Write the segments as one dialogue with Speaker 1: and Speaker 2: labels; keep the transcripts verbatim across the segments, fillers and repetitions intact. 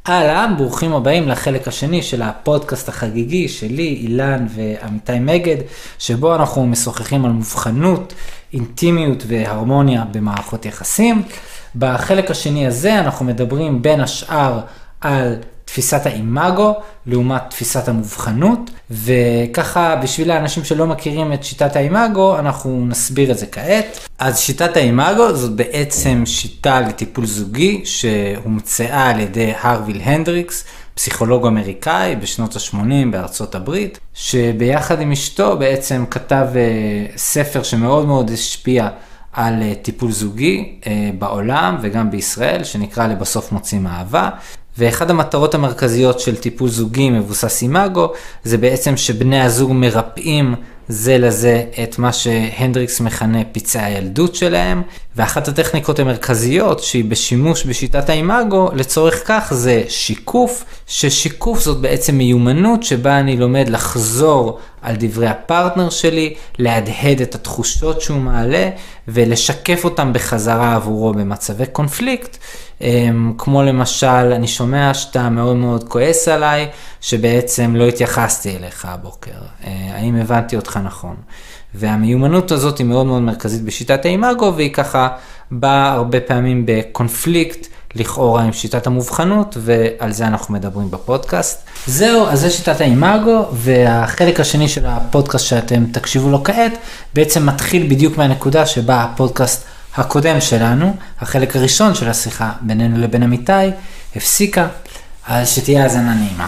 Speaker 1: אהלן, ברוכים הבאים לחלק השני של הפודקאסט החגיגי שלי, אילן ועמיתי מגד, שבו אנחנו משוחחים על מובחנות, אינטימיות והרמוניה במערכות יחסים. בחלק השני הזה אנחנו מדברים בין השאר על תפיסת האימאגו לעומת תפיסת המובחנות, וככה בשביל האנשים שלא מכירים את שיטת האימאגו אנחנו נסביר את זה כעת. אז שיטת האימאגו זאת בעצם שיטה לטיפול זוגי שהומצאה על ידי הרוויל הנדריקס, פסיכולוג אמריקאי בשנות ה-שמונים בארצות הברית, שביחד עם אשתו בעצם כתב ספר שמאוד מאוד השפיע על טיפול זוגי בעולם וגם בישראל, שנקרא לבסוף מוצאים אהבה. ואחד המטרות המרכזיות של טיפול זוגי מבוסס אימאגו, זה בעצם שבני הזוג מרפאים זה לזה את מה שהנדריקס מכנה פצעי הילדות שלהם, ואחת הטכניקות המרכזיות שהיא בשימוש בשיטת האימאגו, לצורך כך זה שיקוף, ששיקוף זאת בעצם מיומנות שבה אני לומד לחזור על דברי הפרטנר שלי, להדהד את התחושות שהוא מעלה, ולשקף אותם בחזרה עבורו במצבי קונפליקט, כמו למשל, אני שומע שאתה מאוד מאוד כועס עליי, שבעצם לא התייחסתי אליך הבוקר. האם הבנתי אותך נכון? והמיומנות הזאת היא מאוד מאוד מרכזית בשיטת האימאגו, והיא ככה באה הרבה פעמים בקונפליקט, לכאורה עם שיטת המובחנות, ועל זה אנחנו מדברים בפודקאסט. זהו, אז זה שיטת האימאגו, והחלק השני של הפודקאסט שאתם תקשיבו לו כעת, בעצם מתחיל בדיוק מהנקודה שבה הפודקאסט הקודם שלנו, החלק הראשון של השיחה בינינו לבין עמיתי, הפסיקה, אז שתהיה האזנה נעימה.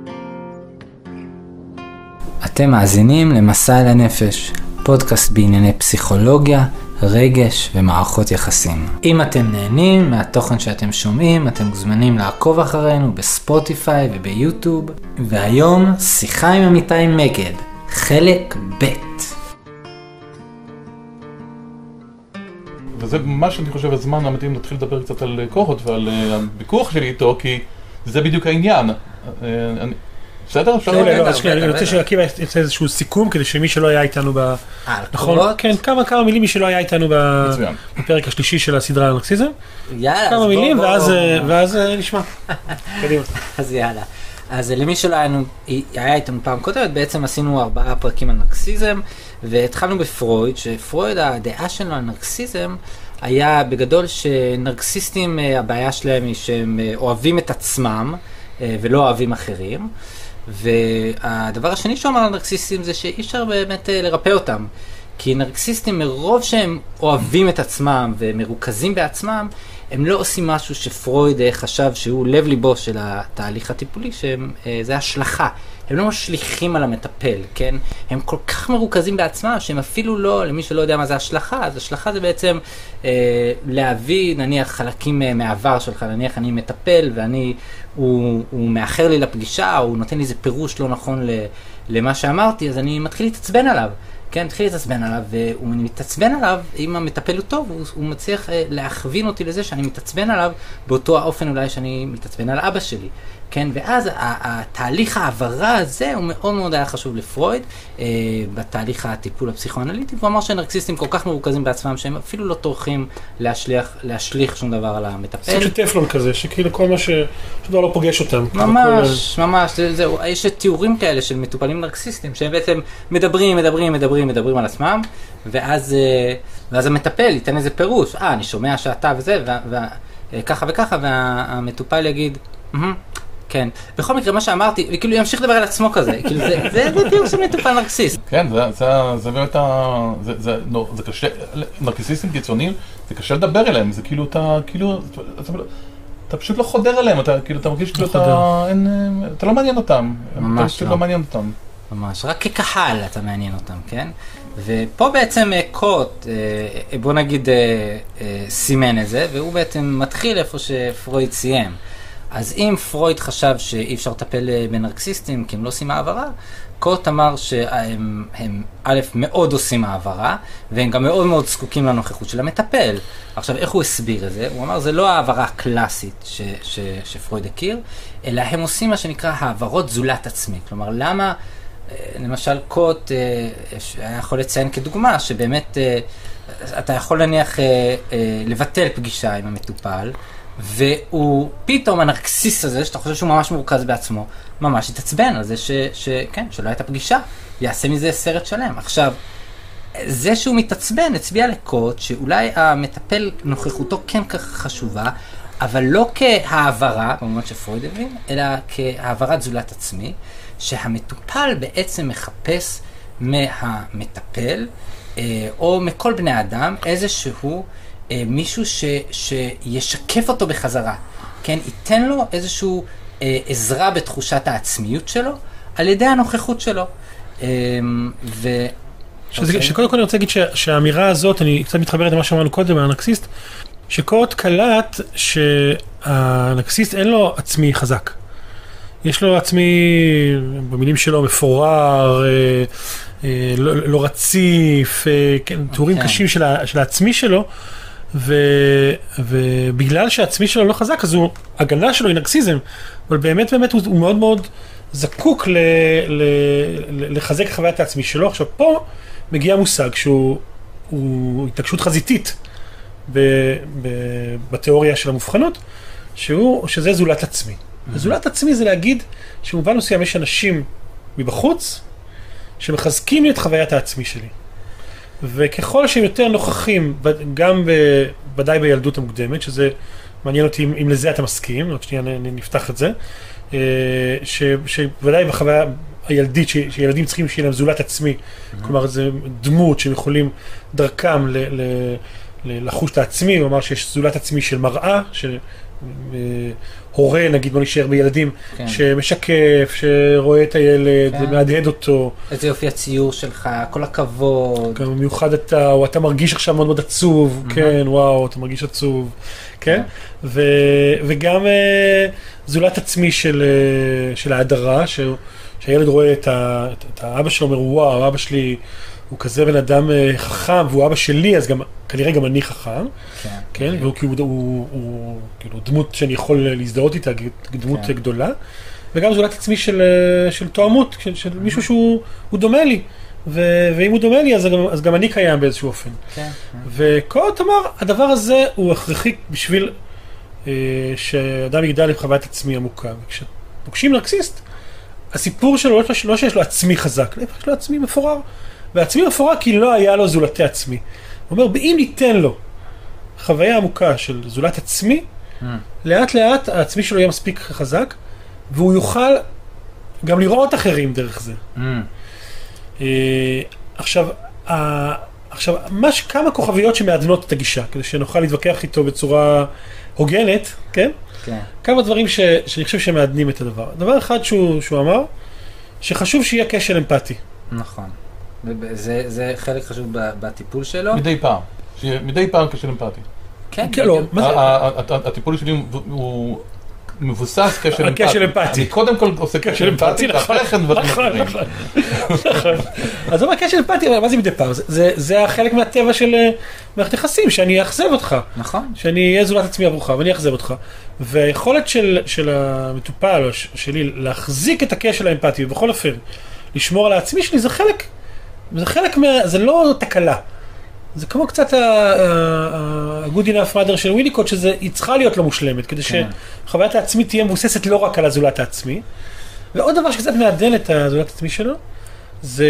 Speaker 1: אתם מאזינים למסע אל הנפש, פודקאסט בענייני פסיכולוגיה, רגש ומערכות יחסים. אם אתם נהנים מהתוכן שאתם שומעים, אתם מוזמנים לעקוב אחרינו בספוטיפיי וביוטיוב. והיום שיחה עם עמיתי מגד, חלק ב'.
Speaker 2: וזה מה שאני חושב הזמן המתאים להתחיל לדבר קצת על כוחות ועל הביקוח שלי איתו, כי זה בדיוק העניין. בסדר?
Speaker 3: אני רוצה שעקיבא יעשה איזשהו סיכום, כדי שמי שלא היה איתנו ב...
Speaker 1: נכון?
Speaker 3: כן, כמה מילים מי שלא היה איתנו בפרק השלישי של הסדרה על נרקסיזם.
Speaker 1: יאללה,
Speaker 3: כמה מילים, ואז נשמע. קדימה.
Speaker 1: אז יאללה. אז למי שלא היה איתנו פעם קודמת, בעצם עשינו ארבעה פרקים על נרקסיזם, והתחלנו בפרויד, שפרויד, הדעה שלו על נרקסיזם, היה בגדול שנרקסיסטים, הבעיה שלהם היא שהם אוהבים את עצמם, ולא אוהבים אחרים. והדבר השני שהוא אמר על נרקסיסטים זה שאי אפשר באמת לרפא אותם. כי נרקסיסטים מרוב שהם אוהבים את עצמם ומרוכזים בעצמם, הם לא עושים משהו שפרויד חשב שהוא לב ליבו של התהליך הטיפולי, שזה השלכה. הם לא משליכים על המטפל, כן? הם כל כך מרוכזים בעצמם שהם אפילו לא, למי שלא יודע מה זה השלכה, אז השלכה זה בעצם אה, להביא, נניח, חלקים מעבר שלך, נניח אני מטפל ואני, הוא, הוא מאחר לי לפגישה, או הוא נותן לי איזה פירוש לא נכון למה שאמרתי, אז אני מתחיל להתעצבן עליו. כן, מתחיל להתעצבן עליו, והוא מתעצבן עליו, אם המטפל הוא טוב, הוא, הוא מצליח אה, להכווין אותי לזה שאני מתעצבן עליו, באותו האופן אולי שאני מתעצבן על אבא שלי. כן, ואז התהליך העברה הזה הוא מאוד מאוד היה חשוב לפרויד, אה, בתהליך הטיפול הפסיכואנליטי, והוא אמר שנרקסיסטים כל כך מרוכזים בעצמם, שהם אפילו לא טורחים להשליך, להשליך שום דבר על המטפל.
Speaker 3: סוג של טפלון כזה, שכאילו כל מה ש... שדבר לא פוגש אותם.
Speaker 1: ממש, כל... ממש, זה, זהו, יש תיאורים כאלה של מטופלים נרקסיסטים, שהם בעצם מדברים, מדברים, מדברים, מדברים על עצמם, ואז, ואז המטפל ייתן איזה פירוש, אה, אני שומע שאתה וזה, וככה וככה, והמטופל יגיד, כן. בכל מקרה, מה שאמרתי, וכאילו ימשיך לדבר על עצמו כזה, כאילו זה, זה, זה תיאור של מטופל נרקסיסט.
Speaker 2: כן, זה, זה, זה באמת ה... זה, זה, לא, זה קשה, נרקסיסטים קיצוניים, זה קשה לדבר אליהם, זה כאילו, אתה, כאילו, אתה, אתה פשוט לא חודר אליהם, אתה, כאילו, אתה מרגיש כאילו, אתה, אין, אתה לא מעניין אותם. ממש אתה פשוט לא. לא מעניין אותם.
Speaker 1: ממש, רק כקהל אתה מעניין אותם, כן? ופה בעצם קוט, בוא נגיד, סימן את זה, והוא בעצם מתחיל איפה שפרויד סיים. אז אם פרויד חשב שאי אפשר לטפל בנרקסיסטים כי הם לא עושים העברה, קוט אמר שהם הם, א', מאוד עושים העברה, והם גם מאוד מאוד זקוקים לנוכחות של המטפל. עכשיו, איך הוא הסביר את זה? הוא אמר, זה לא העברה הקלאסית ש, ש, שפרויד הכיר, אלא הם עושים מה שנקרא העברות זולת עצמי. כלומר, למה, למשל, קוט היה יכול לציין כדוגמה, שבאמת אתה יכול להניח לבטל פגישה עם המטופל, והוא פתאום הנרקסיס הזה, שאתה חושב שהוא ממש מורכז בעצמו, ממש התעצבן על זה ש, ש, כן, שלא הייתה פגישה, יעשה מזה סרט שלם. עכשיו, זה שהוא מתעצבן הצביע לקוט שאולי המטפל נוכחותו כן כך חשובה, אבל לא כהעברה, במובן שפרויד הבין, אלא כהעברת זולת עצמי, שהמטופל בעצם מחפש מהמטפל, או מכל בני האדם, איזשהו מישהו ש, שישקף אותו בחזרה, כן, ייתן לו איזשהו עזרה בתחושת העצמיות שלו, על ידי הנוכחות שלו. ו...
Speaker 3: שזה, שקודם כל אני רוצה להגיד שהאמירה הזאת, אני קצת מתחברת למה שאמרנו קודם, האנקסיסט, שקוט קלט שהאנקסיסט אין לו עצמי חזק. יש לו עצמי, במילים שלו, מפורר, אה, אה, לא, לא רציף, אה, כן, תיאורים okay. קשים של, ה, של העצמי שלו, ו, ובגלל שהעצמי שלו לא חזק, אז הוא, הגנה שלו היא נרקסיזם, אבל באמת באמת הוא, הוא מאוד מאוד זקוק ל, ל, ל, לחזק חוויית העצמי שלו. עכשיו פה מגיע מושג שהוא הוא התנגשות חזיתית ב, ב, בתיאוריה של המובחנות, שהוא, שזה זולת עצמי. Mm-hmm. זולת עצמי זה להגיד שבמובן מסוים יש אנשים מבחוץ שמחזקים לי את חוויית העצמי שלי. וככל שהם יותר נוכחים, גם ודאי בילדות המוקדמת, שזה מעניין אותי אם, אם לזה אתה מסכים, עוד שנייה נפתח את זה, ש, שוודאי בחוויה הילדית, ש, שילדים צריכים שיהיה להם זולת עצמי, mm-hmm. כלומר זה דמות שהם יכולים דרכם ל, ל, ל, לחוש את העצמי, הוא אמר שיש זולת עצמי של מראה, של הורה, נגיד, בוא נשאר בילדים, כן. שמשקף, שרואה את הילד, כן. מהדהד אותו.
Speaker 1: איזה יופי הציור שלך, כל הכבוד.
Speaker 3: גם במיוחד אתה, או אתה מרגיש עכשיו מאוד מאוד עצוב, mm-hmm. כן, וואו, אתה מרגיש עצוב, כן? כן. ו, וגם uh, זולת עצמי של, uh, של ההדרה, ש, שהילד רואה את, ה, את, את האבא שלו, אומר, וואו, אבא שלי הוא כזה בן אדם uh, חכם, והוא אבא שלי, אז גם, כנראה גם אני חכם, כן, כן? והוא כאילו, הוא, הוא, כאילו דמות שאני יכול להזדהות איתה, דמות כן. גדולה, וגם זולת עצמי של, של תואמות, של, של מישהו שהוא דומה לי, ו, ואם הוא דומה לי, אז גם, אז גם אני קיים באיזשהו אופן. כן. וקוט אמר, הדבר הזה הוא הכרחי בשביל אה, שאדם יגדל לחוויית עצמי עמוקה. וכשפוגשים נרקסיסט, הסיפור שלו לא, לא שיש לו עצמי חזק, לא יש לו עצמי מפורר, והעצמי מפורר כי לא היה לו זולתי עצמי. הוא אומר, אם ניתן לו חוויה עמוקה של זולת עצמי, mm. לאט לאט העצמי שלו יהיה מספיק חזק, והוא יוכל גם לראות אחרים דרך זה. Mm. Uh, עכשיו, uh, עכשיו מש, כמה כוכביות שמעדנות את הגישה, כדי שנוכל להתווכח איתו בצורה הוגנת, כן? כן. כמה דברים ש, שאני חושב שמעדנים את הדבר. דבר אחד שהוא, שהוא אמר, שחשוב שיהיה קשר אמפתי.
Speaker 1: נכון. זה, זה חלק חשוב בטיפול שלו.
Speaker 2: מדי פעם. מדי פעם קשר אמפתי.
Speaker 1: כן, כן, לא.
Speaker 2: הטיפול שלי הוא מבוסס קשר אמפתי.
Speaker 3: קשר אמפתי.
Speaker 2: אני קודם כל עושה קשר אמפתי, ואחרי כן דברים אחרים.
Speaker 3: נכון, נכון. אז זה אומר קשר אמפתי, אבל מה זה מדי פעם? זה החלק מהטבע של מערכת יחסים, שאני אחזב אותך.
Speaker 1: נכון.
Speaker 3: שאני אהיה זולת עצמי עבורך, ואני אחזב אותך. והיכולת של המטופל, או שלי, להחזיק את הקשר האמפתי, ובכל אופן, לשמור על העצמי שלי, זה חלק, זה חלק מה, זה לא תקלה. זה כמו קצת ה-good enough mother של וויניקוט, שזה, היא צריכה להיות לא מושלמת, כדי שחוויית העצמי תהיה מבוססת לא רק על הזולת העצמי. ועוד דבר שקצת מעדן את הזולת העצמי שלו, זה,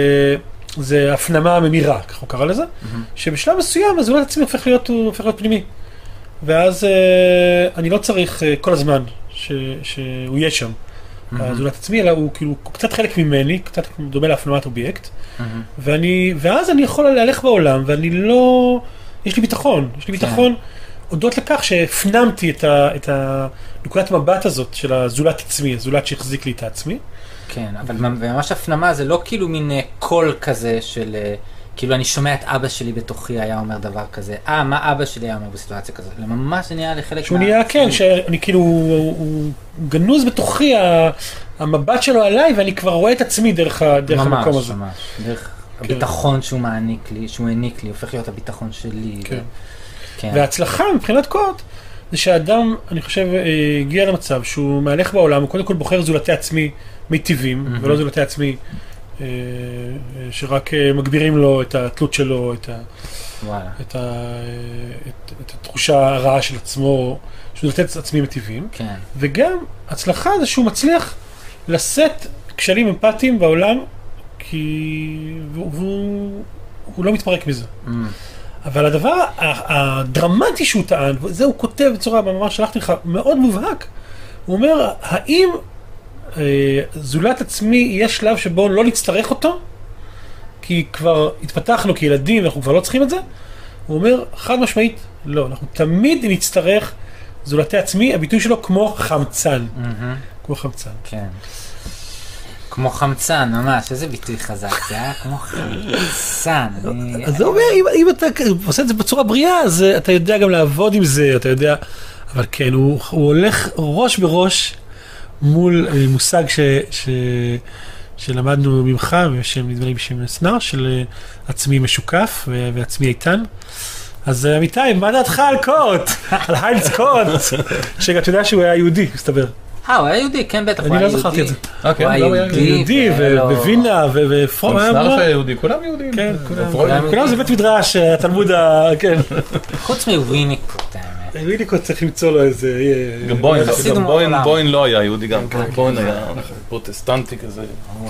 Speaker 3: זה הפנמה ממירה, כך הוא קרא לזה, שבשלב מסוים הזולת העצמי הופך להיות, הוא הופך להיות פנימי. ואז אני לא צריך כל הזמן שהוא יהיה שם. הזולת עצמי, אלא הוא כאילו קצת חלק ממני, קצת דומה להפנמת אובייקט, ואני, ואז אני יכול להלך בעולם, ואני לא, יש לי ביטחון, יש לי ביטחון, הודות לכך שהפנמתי את ה, את הנקודת מבט הזאת של הזולת עצמי, הזולת שהחזיק לי את העצמי.
Speaker 1: כן, אבל ממש הפנמה זה לא כאילו מין קול כזה של, כאילו אני שומע את אבא שלי בתוכי היה אומר דבר כזה, אה, מה אבא שלי היה אומר בסיטואציה כזאת? ממש זה נהיה לחלק מה...
Speaker 3: שהוא נהיה, כן, שאני כאילו, הוא גנוז בתוכי, המבט שלו עליי, ואני כבר רואה את עצמי דרך המקום הזה.
Speaker 1: ממש, ממש. דרך הביטחון שהוא מעניק לי, שהוא העניק לי, הופך להיות הביטחון שלי.
Speaker 3: כן. וההצלחה מבחינת קוט, זה שהאדם, אני חושב, הגיע למצב שהוא מהלך בעולם, הוא קודם כל בוחר זולתי עצמי מיטיבים, ולא זולתי עצמי שרק מגבירים לו את התלות שלו, את ה...
Speaker 1: וואלה.
Speaker 3: את, ה, את, את התחושה הרעה של עצמו, שהוא לתת עצמים מטיבים,
Speaker 1: כן.
Speaker 3: וגם הצלחה זה שהוא מצליח לשאת כשלים אמפתיים בעולם, כי והוא הוא לא מתפרק מזה. Mm. אבל הדבר הדרמטי שהוא טען, וזה הוא כותב בצורה, במאמר שלחתי לך, מאוד מובהק, הוא אומר, האם אה, זולת עצמי יהיה שלב שבו לא נצטרך אותו, כי כבר התפתחנו כילדים, אנחנו כבר לא צריכים את זה? הוא אומר, חד משמעית, לא, אנחנו תמיד נצטרך זולתי עצמי, הביטוי שלו כמו חמצן. Mm-hmm. כמו חמצן.
Speaker 1: כן. כמו חמצן, ממש, איזה ביטוי חזק, זה היה כמו חמצן.
Speaker 3: אז זה אומר, אם אתה עושה את זה בצורה בריאה, אז אתה יודע גם לעבוד עם זה, אתה יודע, אבל כן, הוא הולך ראש בראש מול מושג שלמדנו ממך, נדמה לי בשם סנר, של עצמי משוקף ועצמי איתן. אז אמיתי, מה דעתך על קורט? על היינץ קורט, שאתה יודע שהוא היה יהודי, מסתבר.
Speaker 1: אה, הוא היה יהודי, כן בטח, הוא
Speaker 3: היה
Speaker 1: יהודי.
Speaker 3: אני לא זכרתי את זה.
Speaker 1: הוא היה
Speaker 3: יהודי, ווינה, ופרום.
Speaker 2: סנר היה יהודי, כולם יהודים.
Speaker 3: כן, כולם זה בית מדרש, התלמוד ה... כן.
Speaker 1: חוץ מוויניקוט, האמת.
Speaker 3: וויניקוט צריך למצוא לו איזה...
Speaker 2: גם בוין לא היה יהודי גם, בוין היה פרוטסטנטי כזה.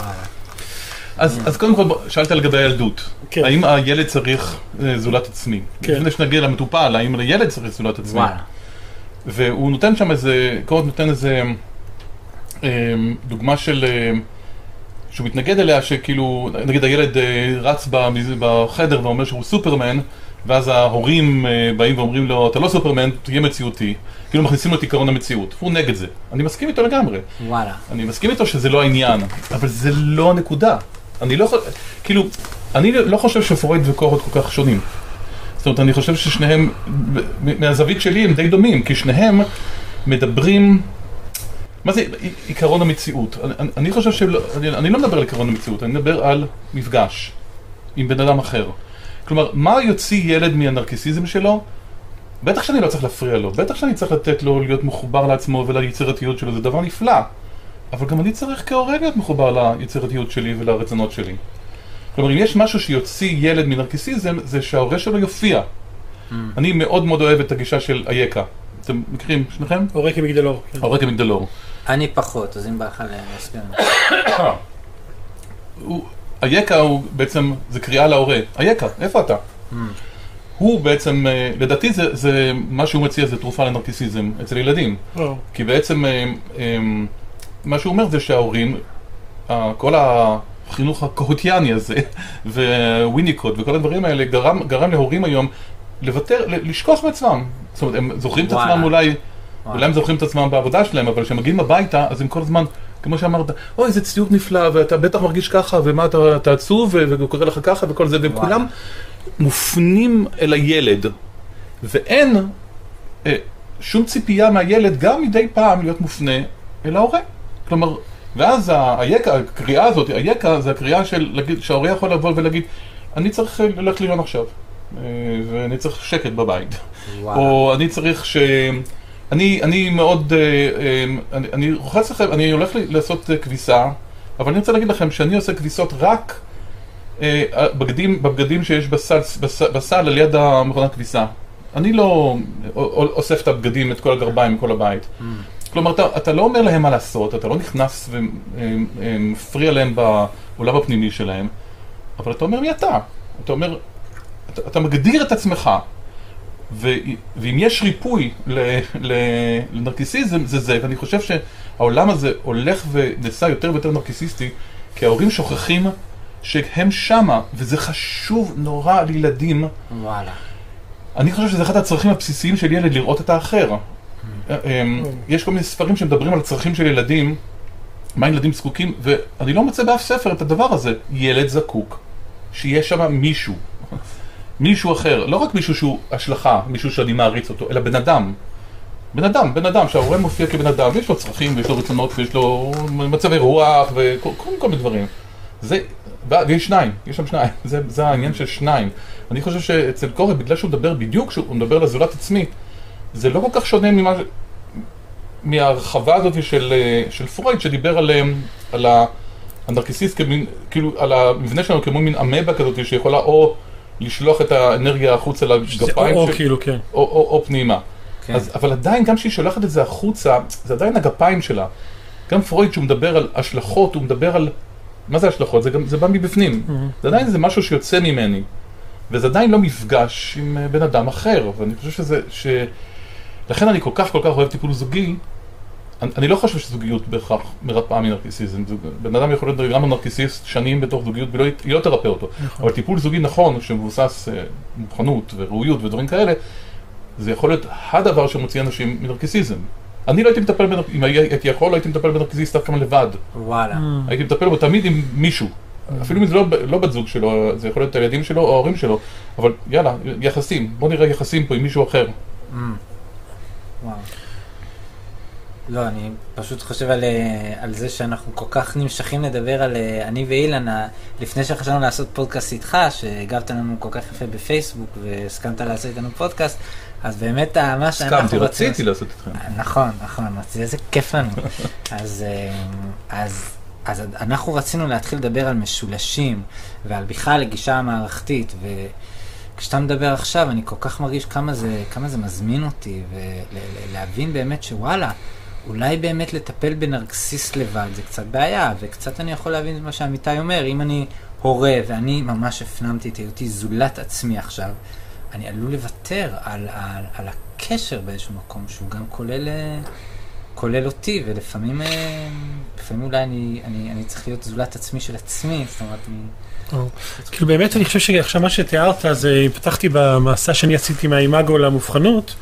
Speaker 2: אז קודם כל שאלת לגבי הילדות. האם הילד צריך זולת עצמי? לפני שנגיע למטופל, האם הילד צריך זולת עצמי? והוא נותן שם איזה, קורט נותן איזה דוגמה של, שהוא מתנגד אליה, שכאילו, נגיד הילד רץ בחדר ואומר שהוא סופרמן, ואז ההורים באים ואומרים לו, אתה לא סופרמן, תהיה מציאותי. כאילו מכניסים לו את עיקרון המציאות. הוא נגד זה. אני מסכים איתו לגמרי.
Speaker 1: וואלה.
Speaker 2: אני מסכים איתו שזה לא העניין, אבל זה לא הנקודה. אני לא, כאילו, אני לא חושב שפרויד וקורט כל כך שונים. זאת אומרת, אני חושב ששניהם, מהזווית שלי, הם די דומים, כי שניהם מדברים, מה זה עיקרון המציאות? אני, אני חושב שלא, אני, אני לא מדבר על עיקרון המציאות, אני מדבר על מפגש עם בן אדם אחר. כלומר, מה יוציא ילד מהנרקיסיזם שלו? בטח שאני לא צריך להפריע לו, בטח שאני צריך לתת לו להיות מחובר לעצמו וליצירתיות שלו, זה דבר נפלא. אבל גם אני צריך כהורה להיות מחובר ליצירתיות שלי ולרצונות שלי. כלומר, אם יש משהו שיוציא ילד מנרקיסיזם, זה שההורה שלו יופיע. Mm. אני מאוד מאוד אוהב את הגישה של אייקה. אתם מכירים שניכם?
Speaker 3: הורה כמגדלור.
Speaker 2: הורה כמגדלור.
Speaker 1: אני פחות, אז אם בא לך להסביר.
Speaker 2: אייקה הוא בעצם, זה קריאה להורה. אייקה, איפה אתה? Mm. הוא בעצם, לדעתי זה, זה, מה שהוא מציע זה תרופה לנרקיסיזם אצל ילדים. Oh. כי בעצם, מה שהוא אומר זה שההורים, כל ה... החינוך הקהוטיאני הזה, וויניקוט וכל הדברים האלה, גרם, גרם להורים היום לוותר, לשכוח מעצמם. זאת אומרת, הם זוכרים את עצמם אולי, אולי הם זוכרים את עצמם בעבודה שלהם, אבל כשהם מגיעים הביתה, אז הם כל הזמן, כמו שאמרת, אוי, איזה ציור נפלא, ואתה בטח מרגיש ככה, ומה אתה, אתה עצוב, והוא קורא לך ככה, וכל זה, והם כולם מופנים אל הילד. ואין אה, שום ציפייה מהילד, גם מדי פעם להיות מופנה אל ההורה. כלומר, ואז היקה, הקריאה הזאת, היקה זה הקריאה של, שההורה יכול לבוא ולהגיד, אני צריך ללכת לישון עכשיו, ואני צריך שקט בבית. וואו. או אני צריך ש... אני, אני מאוד, אני, אני רוחץ לכם, אני הולך לעשות כביסה, אבל אני רוצה להגיד לכם שאני עושה כביסות רק בגדים, בבגדים שיש בסל, בסל, בסל על יד המכונת כביסה. אני לא אוסף את הבגדים, את כל הגרביים, כל הבית. Mm. כלומר, אתה, אתה לא אומר להם מה לעשות, אתה לא נכנס ומפריע להם בעולם הפנימי שלהם, אבל אתה אומר מי אתה. אתה אומר, אתה, אתה מגדיר את עצמך, ו, ואם יש ריפוי ל, ל, לנרקיסיזם, זה זה, ואני חושב שהעולם הזה הולך ונעשה יותר ויותר נרקיסיסטי, כי ההורים שוכחים שהם שמה, וזה חשוב נורא לילדים.
Speaker 1: וואלה. אני
Speaker 2: חושב שזה אחד הצרכים הבסיסיים של ילד לראות את האחר. יש כל מיני ספרים שמדברים על הצרכים של ילדים, מה ילדים זקוקים, ואני לא מוצא באף ספר את הדבר הזה. ילד זקוק, שיש שם מישהו, מישהו אחר, לא רק מישהו שהוא השלכה, מישהו שאני מעריץ אותו, אלא בן אדם. בן אדם, בן אדם, שההורה מופיע כבן אדם, ויש לו צרכים, ויש לו רצונות, ויש לו מצבי רוח, וכל כל מיני דברים. זה, ויש שניים, יש שם שניים, זה, זה העניין של שניים. אני חושב שאצל קורט, בגלל שהוא מדבר בדיוק, שהוא מדבר על הזולת עצמי, זה לא כל כך שונה ממה, מהרחבה הזאת של, של פרויד, שדיבר על, על הנרקיסיסט, כמין, כאילו, על המבנה שלנו כמו מין אמבה כזאת, שיכולה או לשלוח את האנרגיה החוצה לגפיים,
Speaker 3: או
Speaker 2: ש...
Speaker 3: כאילו, כן.
Speaker 2: או, או, או פנימה.
Speaker 1: כן.
Speaker 2: אז, אבל עדיין, גם כשהיא שולחת את זה החוצה, זה עדיין הגפיים שלה. גם פרויד, שהוא מדבר על השלכות, הוא מדבר על... מה זה השלכות? זה, גם, זה בא מבפנים. Mm-hmm. זה עדיין זה משהו שיוצא ממני. וזה עדיין לא מפגש עם בן אדם אחר. ואני חושב שזה... ש... לכן אני כל כך כל כך אוהב טיפול זוגי. אני, אני לא חושב שזוגיות בהכרח מרפאה מנרקיסיזם. בן אדם יכול להיות גם נרקיסיסט שנים בתוך זוגיות, והיא לא תרפא אותו. נכון. אבל טיפול זוגי נכון, שמבוסס אה, מוכנות וראויות ודברים כאלה, זה יכול להיות הדבר שמוציא אנשים מנרקיסיזם. אני לא הייתי מטפל, בנר... אם הייתי יכול, לא הייתי מטפל בנרקיסיסט דווקא לבד.
Speaker 1: וואלה.
Speaker 3: Mm.
Speaker 2: הייתי מטפל בו תמיד עם מישהו. Mm. אפילו אם זה לא, לא בת זוג שלו, זה יכול להיות הילדים שלו או ההורים שלו. אבל יאללה, יחסים. בוא נראה יחסים פה עם מישהו אחר.
Speaker 1: Mm. וואו. לא, אני פשוט חושב על, על זה שאנחנו כל כך נמשכים לדבר על אני ואילן, לפני שחשבנו לעשות פודקאסט איתך, שהגבת לנו כל כך יפה בפייסבוק והסכמת לעשות איתנו פודקאסט, אז באמת מה שאנחנו
Speaker 2: הסכמתי, רציתי לעשות איתכם.
Speaker 1: נכון, נכון, איזה כיף לנו. אז, אז, אז אנחנו רצינו להתחיל לדבר על משולשים ועל בכלל לגישה המערכתית, וכשאתה מדבר עכשיו אני כל כך מרגיש כמה זה, כמה זה מזמין אותי, ולהבין באמת שוואלה, אולי באמת לטפל בנרקסיסט לבד זה קצת בעיה, וקצת אני יכול להבין מה שעמיתי אומר. אם אני הורה ואני ממש הפנמתי את היותי זולת עצמי עכשיו, אני עלול לוותר על, על, על הקשר באיזשהו מקום שהוא גם כולל, כולל אותי, ולפעמים לפעמים אולי אני, אני, אני צריך להיות זולת עצמי של עצמי, זאת אומרת, אני...
Speaker 3: כאילו באמת אני חושב שעכשיו מה שתיארת, אז פתחתי במעשה שאני עשיתי מהאימאגו למובחנות,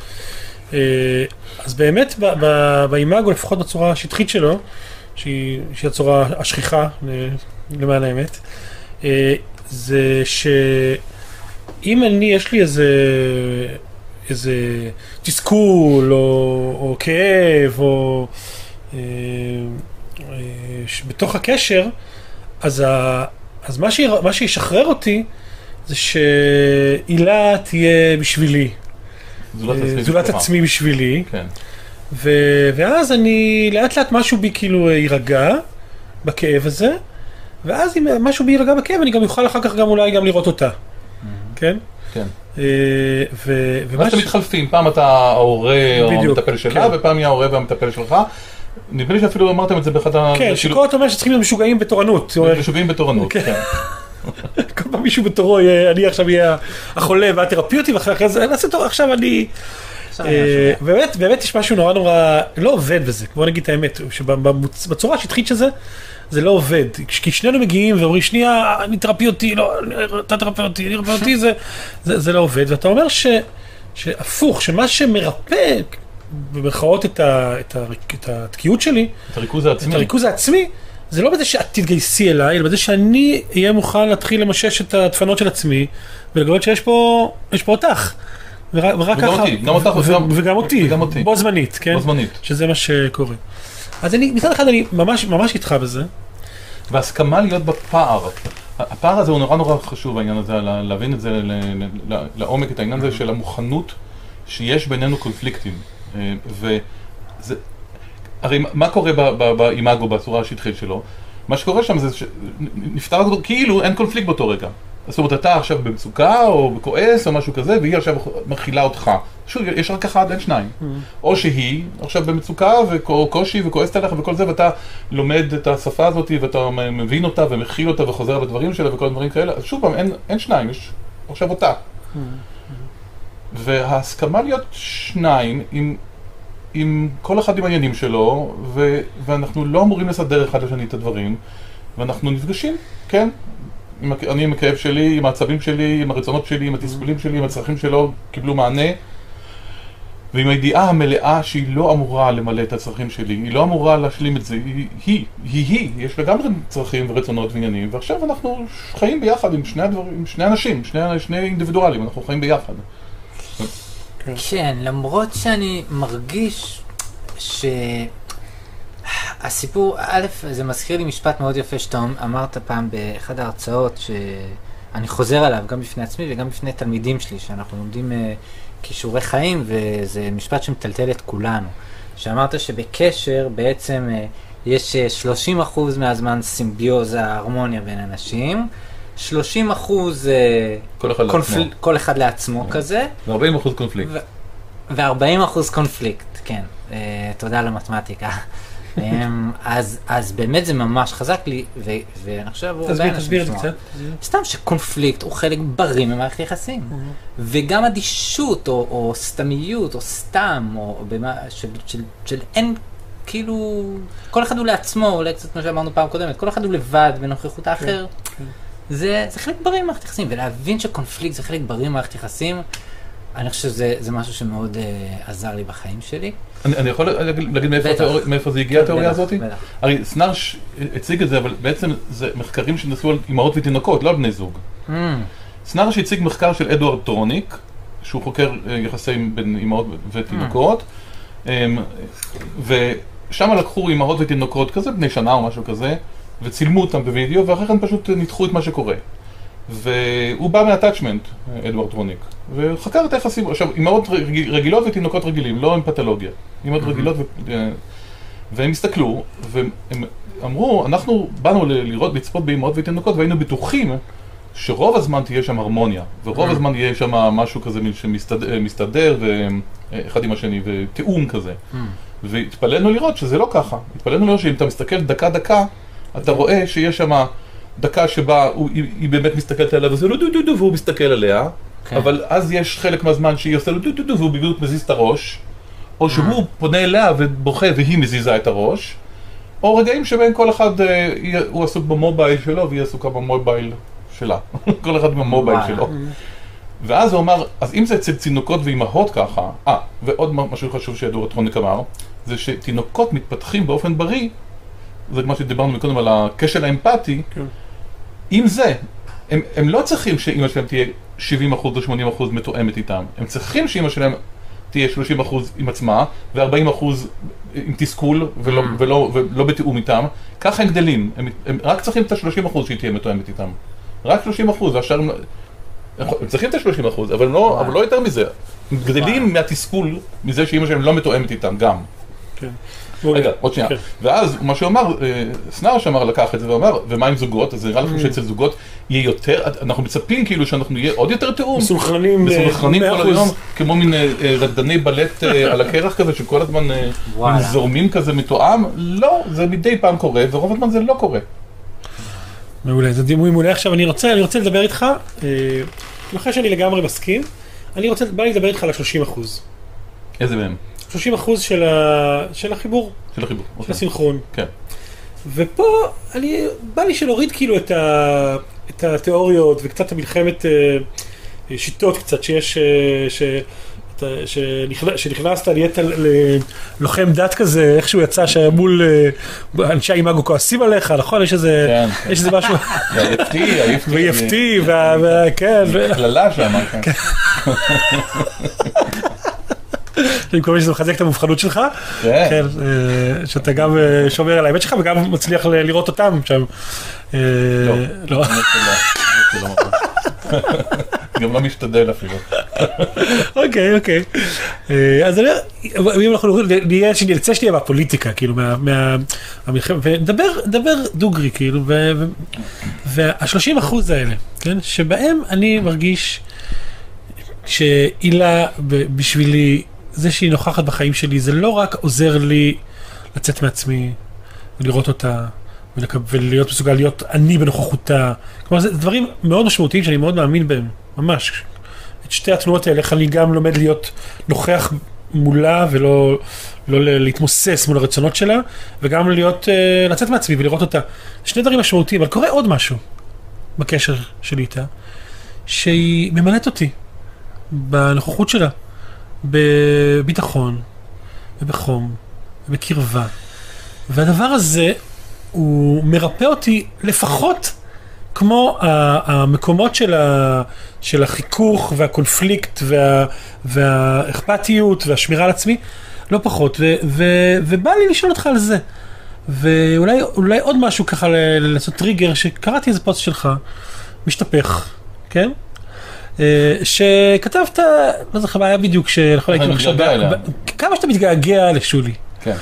Speaker 3: אז באמת באימאגו, לפחות בצורה השטחית שלו, שהיא הצורה השכיחה, למען האמת, זה שאם אני, יש לי איזה, איזה תסכול, או, או כאב, או בתוך הקשר, אז, ה, אז מה, ש, מה שישחרר אותי, זה שאילה תהיה בשבילי. זולת עצמי בשבילי,
Speaker 2: כן.
Speaker 3: ו- ואז אני לאט לאט משהו בי כאילו יירגע בכאב הזה, ואז אם משהו בי יירגע בכאב אני גם יוכל אחר כך גם אולי גם לראות אותה, כן?
Speaker 2: כן.
Speaker 3: ו-
Speaker 2: ואז אתם מתחלפים, פעם אתה ההורה או המטפל שלה, ופעם היא ההורה והמטפל שלך. נדמה לי שאפילו אמרתם את זה באחד ה...
Speaker 3: כן, שכל אתה אומר שצריכים להיות משוגעים בתורנות.
Speaker 2: משוגעים בתורנות, כן.
Speaker 3: כל פעם מישהו בתורו, אני עכשיו אהיה החולה והתרפיוטי, ואחרי זה נעשה תור, עכשיו אני... באמת, באמת יש משהו נורא נורא, לא עובד בזה, בוא נגיד את האמת, שבצורה השטחית שזה, זה לא עובד, כי שנינו מגיעים ואומרים, שנייה, אני תרפי אותי, לא, אתה תרפי אותי, אני תרפי אותי, זה לא עובד, ואתה אומר שהפוך, שמה שמרפא, במרכאות את התקיעות שלי,
Speaker 2: את הריכוז העצמי,
Speaker 3: את הריכוז העצמי, זה לא בזה שאת תתגייסי אליי, אלא בזה שאני אהיה מוכן להתחיל למשש את הדפנות של עצמי, ולגלות שיש פה, יש פה אותך. ורק ככה, וגם אותי, בו זמנית, כן?
Speaker 2: בו זמנית.
Speaker 3: שזה מה שקורה. אז אני, מצד אחד אני ממש, ממש איתך בזה.
Speaker 2: והסכמה להיות בפער. הפער הזה הוא נורא נורא חשוב, העניין הזה, להבין את זה לעומק, את העניין הזה של המוכנות שיש בינינו קונפליקטים. וזה... הרי מה קורה באימאגו, בצורה השטחית שלו? מה שקורה שם זה שנפטר כאילו אין קונפליקט באותו רגע. זאת אומרת, אתה עכשיו במצוקה או בכועס או משהו כזה, והיא עכשיו מכילה אותך. שוב, יש רק אחד, אין שניים. או שהיא עכשיו במצוקה וקושי וכועסת עליך וכל זה, ואתה לומד את השפה הזאת ואתה מבין אותה ומכיל אותה וחוזר על הדברים שלה וכל הדברים כאלה. אז שוב פעם, אין, אין שניים, יש עכשיו אותה. וההסכמה להיות שניים עם... עם כל אחד עם העניינים שלו, ו- ואנחנו לא אמורים לסדר אחד לשני את הדברים, ואנחנו נפגשים, כן? עם, אני עם הכאב שלי, עם העצבים שלי, עם הרצונות שלי, עם התסכולים שלי, עם הצרכים שלו, קיבלו מענה, ועם הידיעה המלאה שהיא לא אמורה למלא את הצרכים שלי, היא לא אמורה להשלים את זה, היא, היא, היא, היא, יש לגמרי צרכים ורצונות ועניינים, ועכשיו אנחנו חיים ביחד עם שני הדברים, עם שני אנשים, שני, שני אינדיבידואלים, אנחנו חיים ביחד.
Speaker 1: כן, למרות שאני מרגיש שהסיפור, א', זה מזכיר לי משפט מאוד יפה שאתה אמרת פעם באחד ההרצאות שאני חוזר עליו גם בפני עצמי וגם בפני תלמידים שלי, שאנחנו לומדים כישורי חיים, וזה משפט שמטלטל את כולנו. שאמרת שבקשר בעצם יש שלושים אחוז מהזמן סימביוזה, הרמוניה בין אנשים, שלושים אחוז
Speaker 2: כל אחד לעצמו.
Speaker 1: כל אחד לעצמו כזה.
Speaker 2: ו-ארבעים אחוז קונפליקט.
Speaker 1: ו-ארבעים אחוז קונפליקט, כן. תודה למתמטיקה. אז, אז באמת זה ממש חזק לי, ו, ואני חושב...
Speaker 3: תסביר, תסביר את זה קצת.
Speaker 1: סתם שקונפליקט הוא חלק בריא ממערכת יחסים. וגם אדישות, או, או סתמיות, או סתם, או במה, של, של, של אין, כאילו... כל אחד הוא לעצמו, אולי קצת מה שאמרנו פעם קודמת, כל אחד הוא לבד בנוכחות האחר. זה, זה חלק בריא ממערכת יחסים, ולהבין שקונפליקט זה חלק בריא ממערכת יחסים, אני חושב שזה זה משהו שמאוד uh, עזר לי בחיים שלי. אני,
Speaker 2: אני יכול להגיד מאיפה, התיאור, מאיפה זה הגיע התיאוריה הזאת? הרי סנרש הציג את זה, אבל בעצם זה מחקרים שנעשו על אמהות ותינוקות, לא על בני זוג. Mm. סנרש הציג מחקר של אדוארד טרוניק, שהוא חוקר יחסים בין אמהות ותינוקות, mm. ושם לקחו אמהות ותינוקות כזה, בני שנה או משהו כזה, וצילמו אותם בווידאו, ואחרי כן פשוט ניתחו את מה שקורה. והוא בא מהטאצ'מנט, אדוארד טרוניק, וחקר את היחסים, עכשיו, אמהות רגילות ותינוקות רגילים, לא עם פתולוגיה, אמהות רגילות, והם הסתכלו, והם אמרו, אנחנו באנו לראות, לצפות באמהות ותינוקות, והיינו בטוחים שרוב הזמן תהיה שם הרמוניה, ורוב הזמן יהיה שם משהו כזה שמסתדר, אחד עם השני, ותיאום כזה. והתפללנו לראות שזה לא ככה, התפללנו לראות שאם אתה מסתכל דקה-דקה, אתה רואה שיש שם דקה שבה הוא, היא, היא באמת מסתכלת עליו, וזה לא דו דו דו, והוא מסתכל עליה, okay. אבל אז יש חלק מהזמן שהיא עושה לו דו דו דו, והוא בדיוק מזיז את הראש, או שהוא mm. פונה אליה ובוכה והיא מזיזה את הראש, או רגעים שבהם כל אחד, הוא עסוק במובייל שלו, והיא עסוקה במובייל שלה. כל אחד במובייל שלו. ואז הוא אמר, אז אם זה אצל תינוקות ואימהות ככה, אה, ועוד משהו חשוב שאדוארד טרוניק אמר, זה שתינוקות מתפתחים באופן בריא, זה כמו שדיברנו מקודם על הקשר האמפתי, כן. עם זה, הם, הם לא צריכים שאמא שלהם תהיה שבעים אחוז או שמונים אחוז מתואמת איתם, הם צריכים שאמא שלהם תהיה שלושים אחוז עם עצמה, ו-ארבעים אחוז עם תסכול ולא, ולא, ולא בתאום איתם, ככה הם גדלים, הם, הם רק צריכים את ה-שלושים אחוז שהיא תהיה מתואמת איתם, רק שלושים אחוז, והשאר הם, הם צריכים את ה-שלושים אחוז, אבל לא, אבל לא יותר מזה, הם גדלים מהתסכול, מזה שאמא שלהם לא מתואמת איתם גם. כן. רגע, עוד שנייה. ואז מה שהוא אמר, סנרש אמר לקח את זה ואמר, ומה עם זוגות? אז נראה לכם שאצל זוגות יהיה יותר, אנחנו מצפים כאילו שאנחנו נהיה עוד יותר תאום.
Speaker 3: מסונכרנים.
Speaker 2: מסונכרנים כל היום, כמו מין רקדני בלט על הקרח כזה, שכל הזמן זורמים כזה מתואם. לא, זה מדי פעם קורה, ורוב הזמן זה לא קורה.
Speaker 3: מעולה, זה דימוי מעולה. עכשיו אני רוצה, אני רוצה לדבר איתך, אחרי שאני לגמרי מסכים, אני רוצה, בא לי לדבר איתך על ה-שלושים אחוז.
Speaker 2: איזה מהם?
Speaker 3: שלושים אחוז של, ה... של החיבור.
Speaker 2: של החיבור.
Speaker 3: של okay. הסינכרון.
Speaker 2: כן.
Speaker 3: ופה אני, בא לי שנוריד כאילו את, ה... את התיאוריות וקצת המלחמת שיטות קצת שיש, ש... שנכנס... שנכנסת ליית ללוחם דת כזה, איכשהו יצא שמול אנשי אימאגו כועסים עליך, נכון? יש איזה,
Speaker 2: כן,
Speaker 3: יש איזה משהו...
Speaker 2: והיפתי, היפתי.
Speaker 3: ויפתי, וכן.
Speaker 2: וכללה שם. כן.
Speaker 3: אני מקווה שזה מחזק את המובחנות שלך, כן, שאתה גם שומר על האמת שלך וגם מצליח לראות אותם שם.
Speaker 2: לא, לא. גם לא משתדל אפילו.
Speaker 3: אוקיי, אוקיי. אז אם אנחנו נרצה שתהיה בפוליטיקה, כאילו, ונדבר דוגרי, כאילו, וה-שלושים אחוז האלה, כן, שבהם אני מרגיש שאילה בשבילי, זה שהיא נוכחת בחיים שלי, זה לא רק עוזר לי לצאת מעצמי, ולראות אותה, ולהיות מסוגל להיות אני בנוכחותה. כלומר, זה דברים מאוד משמעותיים שאני מאוד מאמין בהם, ממש. את שתי התנועות האלה, איך אני גם לומד להיות נוכח מולה, ולא לא להתמוסס מול הרצונות שלה, וגם להיות, לצאת מעצמי ולראות אותה. שני דברים משמעותיים, אבל קורה עוד משהו בקשר שלי איתה, שהיא ממלאת אותי בנוכחות שלה. בביטחון, ובחום, ובקרבה. והדבר הזה, הוא מרפא אותי לפחות כמו המקומות של, ה, של החיכוך והקונפליקט וה, והאכפתיות והשמירה על עצמי, לא פחות. ו, ו, ובא לי לשאול אותך על זה. ואולי אולי עוד משהו ככה לעשות טריגר, שקראתי איזה פוסט שלך, משתפך, כן? שכתבת, לא זוכר, היה בדיוק שיכול הייתי לחשוב, כמה שאתה מתגעגע לשולי.
Speaker 2: כן.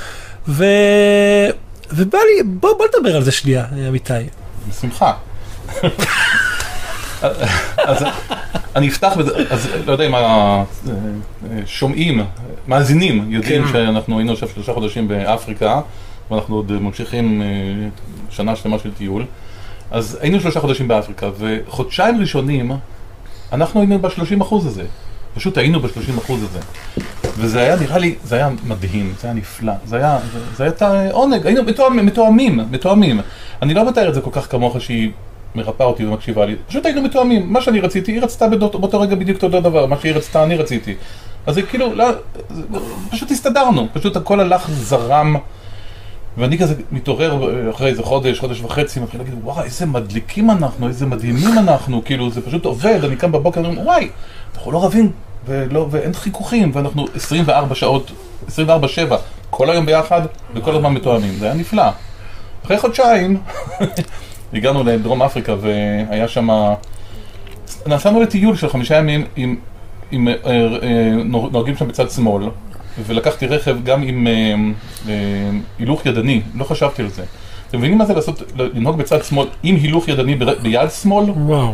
Speaker 3: ובא לי, בוא נדבר על זה שנייה, אמיתי.
Speaker 2: בשמחה. אז אני אפתח בזה, אז לא יודע אם השומעים, מאזינים, יודעים שאנחנו היינו עכשיו שלושה חודשים באפריקה, ואנחנו עוד ממשיכים שנה שלמה של טיול. אז היינו שלושה חודשים באפריקה, וחודשיים ראשונים, אנחנו היינו ב-שלושים אחוז הזה. פשוט היינו ב-שלושים אחוז הזה. וזה היה, נראה לי, זה היה מדהים, זה היה נפלא. זה היה, זה היה עונג, היינו מתואמים, מתואמים, מתואמים. אני לא מתאר את זה כל כך כמוך שהיא מרפאה אותי ומקשיבה לי. פשוט היינו מתואמים. מה שאני רציתי, היא רצתה באותו רגע בדיוק אותו דבר. מה שהיא רצתה, אני רציתי. אז זה כאילו, לא, פשוט הסתדרנו. פשוט הכל הלך זרם. ואני כזה מתעורר אחרי איזה חודש, חודש וחצי, מתחיל להגיד, וואי, איזה מדליקים אנחנו, איזה מדהימים אנחנו, כאילו, זה פשוט עובד, אני קם בבוקר, אני אומר, וואי, אנחנו לא רבים, ולא, ואין חיכוכים, ואנחנו עשרים וארבע שעות, עשרים וארבע שבע, כל היום ביחד, וכל הזמן מתואמים, זה היה נפלא. אחרי חודשיים, הגענו לדרום אפריקה, והיה שם, נסענו לטיול של חמישה ימים, עם, עם, נוהגים שם בצד שמאל, ולקחתי רכב גם עם הילוך ידני, לא חשבתי על זה. אתם מבינים מה זה לעשות, לנהוג בצד שמאל עם הילוך ידני ביד שמאל?
Speaker 3: וואו.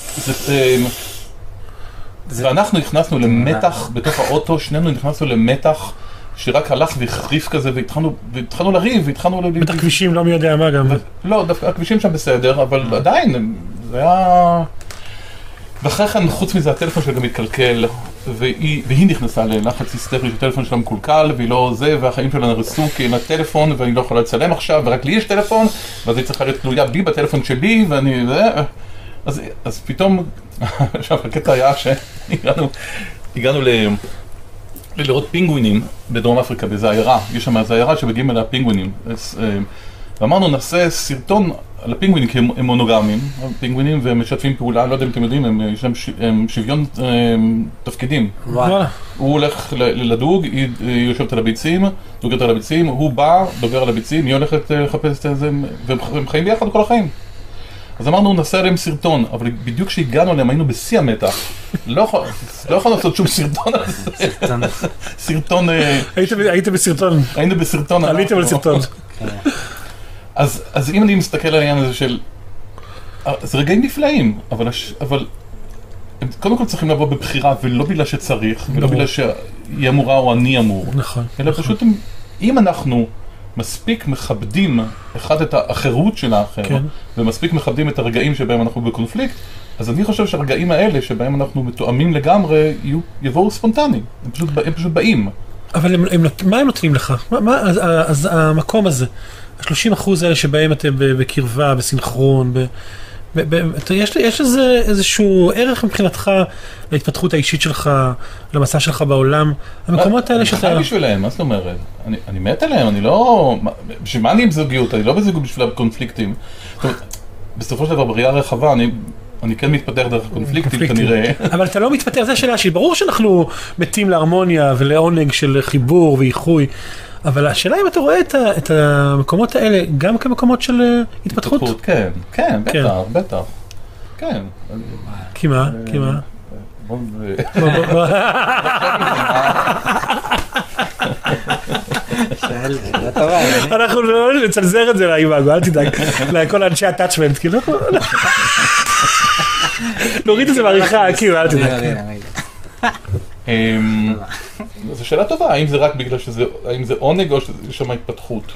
Speaker 2: ואנחנו נכנסנו למתח בתוך האוטו, שנינו נכנסנו למתח שרק הלך והחריף כזה, והתחלנו לריב, והתחלנו...
Speaker 3: בטח כבישים לא מי יודע מה גם.
Speaker 2: לא, דווקא הכבישים שם בסדר, אבל עדיין, זה היה... ואחרי כן, חוץ מזה, הטלפון שלה גם התקלקל, והיא, והיא נכנסה ללחץ היסטרי שהטלפון שלה מקולקל, והיא לא זה, והחיים שלה נרסו כי אין לה טלפון, ואני לא יכולה לצלם עכשיו, ורק לי יש טלפון, ואז היא צריכה להיות תלויה בי בטלפון שלי, ואני... אז, אז פתאום, עכשיו, הקטע היה שהגענו הגענו ל... לראות פינגווינים בדרום אפריקה, באיזו עיירה, יש שם איזו עיירה שבגיעים אליה פינגווינים. אז, ואמרנו, נעשה סרטון על הפינגווינים, כי הם מונוגמים, פינגווינים, והם משתפים פעולה, לא יודע אם אתם יודעים, הם, יש להם ש, הם שוויון הם, תפקידים.
Speaker 1: וואו.
Speaker 2: הוא הולך לדוג, היא, היא יושבת על הביצים, דוגרת על הביצים, הוא בא, דובר על הביצים, היא הולכת לחפש את זה, והם חיים ביחד כל החיים. אז אמרנו, נעשה עליהם סרטון, אבל בדיוק כשהגענו עליהם, היינו בשיא המתח. לא יכולנו לעשות שום סרטון על זה. סרטון...
Speaker 3: הייתם בסרטון.
Speaker 2: היינו בסרטון.
Speaker 3: עליתם על סרטון.
Speaker 2: אז, אז אם אני מסתכל על העניין הזה של... זה רגעים נפלאים, אבל, אבל הם קודם כל צריכים לבוא בבחירה, ולא בגלל שצריך, ולא בגלל שהיא אמורה או אני אמור.
Speaker 3: נכון.
Speaker 2: אלא פשוט, אם אנחנו מספיק מכבדים אחד את האחרות של האחר, כן. ומספיק מכבדים את הרגעים שבהם אנחנו בקונפליקט, אז אני חושב שהרגעים האלה שבהם אנחנו מתואמים לגמרי, יהיו, יבואו ספונטניים. הם פשוט, הם פשוט באים. אבל הם, הם, מה הם נותנים לך? מה, מה, אז, אז המקום הזה, ה-שלושים אחוז האלה שבהם אתם בקרבה, בסינכרון, ב, ב, ב, יש, יש איזה, איזשהו ערך מבחינתך להתפתחות האישית שלך, למסע שלך בעולם, המקומות האלה שאתה... אני חי בשבילהם, מה זאת אומרת? אני, אני מת עליהם, אני לא... בשביל מה אני עם זוגיות? אני לא בזוגיות בשביל הקונפליקטים. בסופו של דבר, בראייה רחבה, אני... אני כן מתפתח דרך קונפליקטים כנראה. אבל אתה לא מתפתח, זו השאלה שלי. ברור שאנחנו מתים להרמוניה ולעונג של חיבור ואיחוי, אבל השאלה אם אתה רואה את המקומות האלה גם כמקומות של התפתחות? התפתחות, כן, כן, בטח, בטח. כן. כי מה? כי מה? אנחנו לא נצלזר את זה לאימאגו, אל תדאג, לכל אנשי הטאצ'מנט, כאילו. נוריד את זה בעריכה, כאילו, אל תדאג. זו שאלה טובה, האם זה רק בגלל שזה, האם זה עונג או שיש שם התפתחות?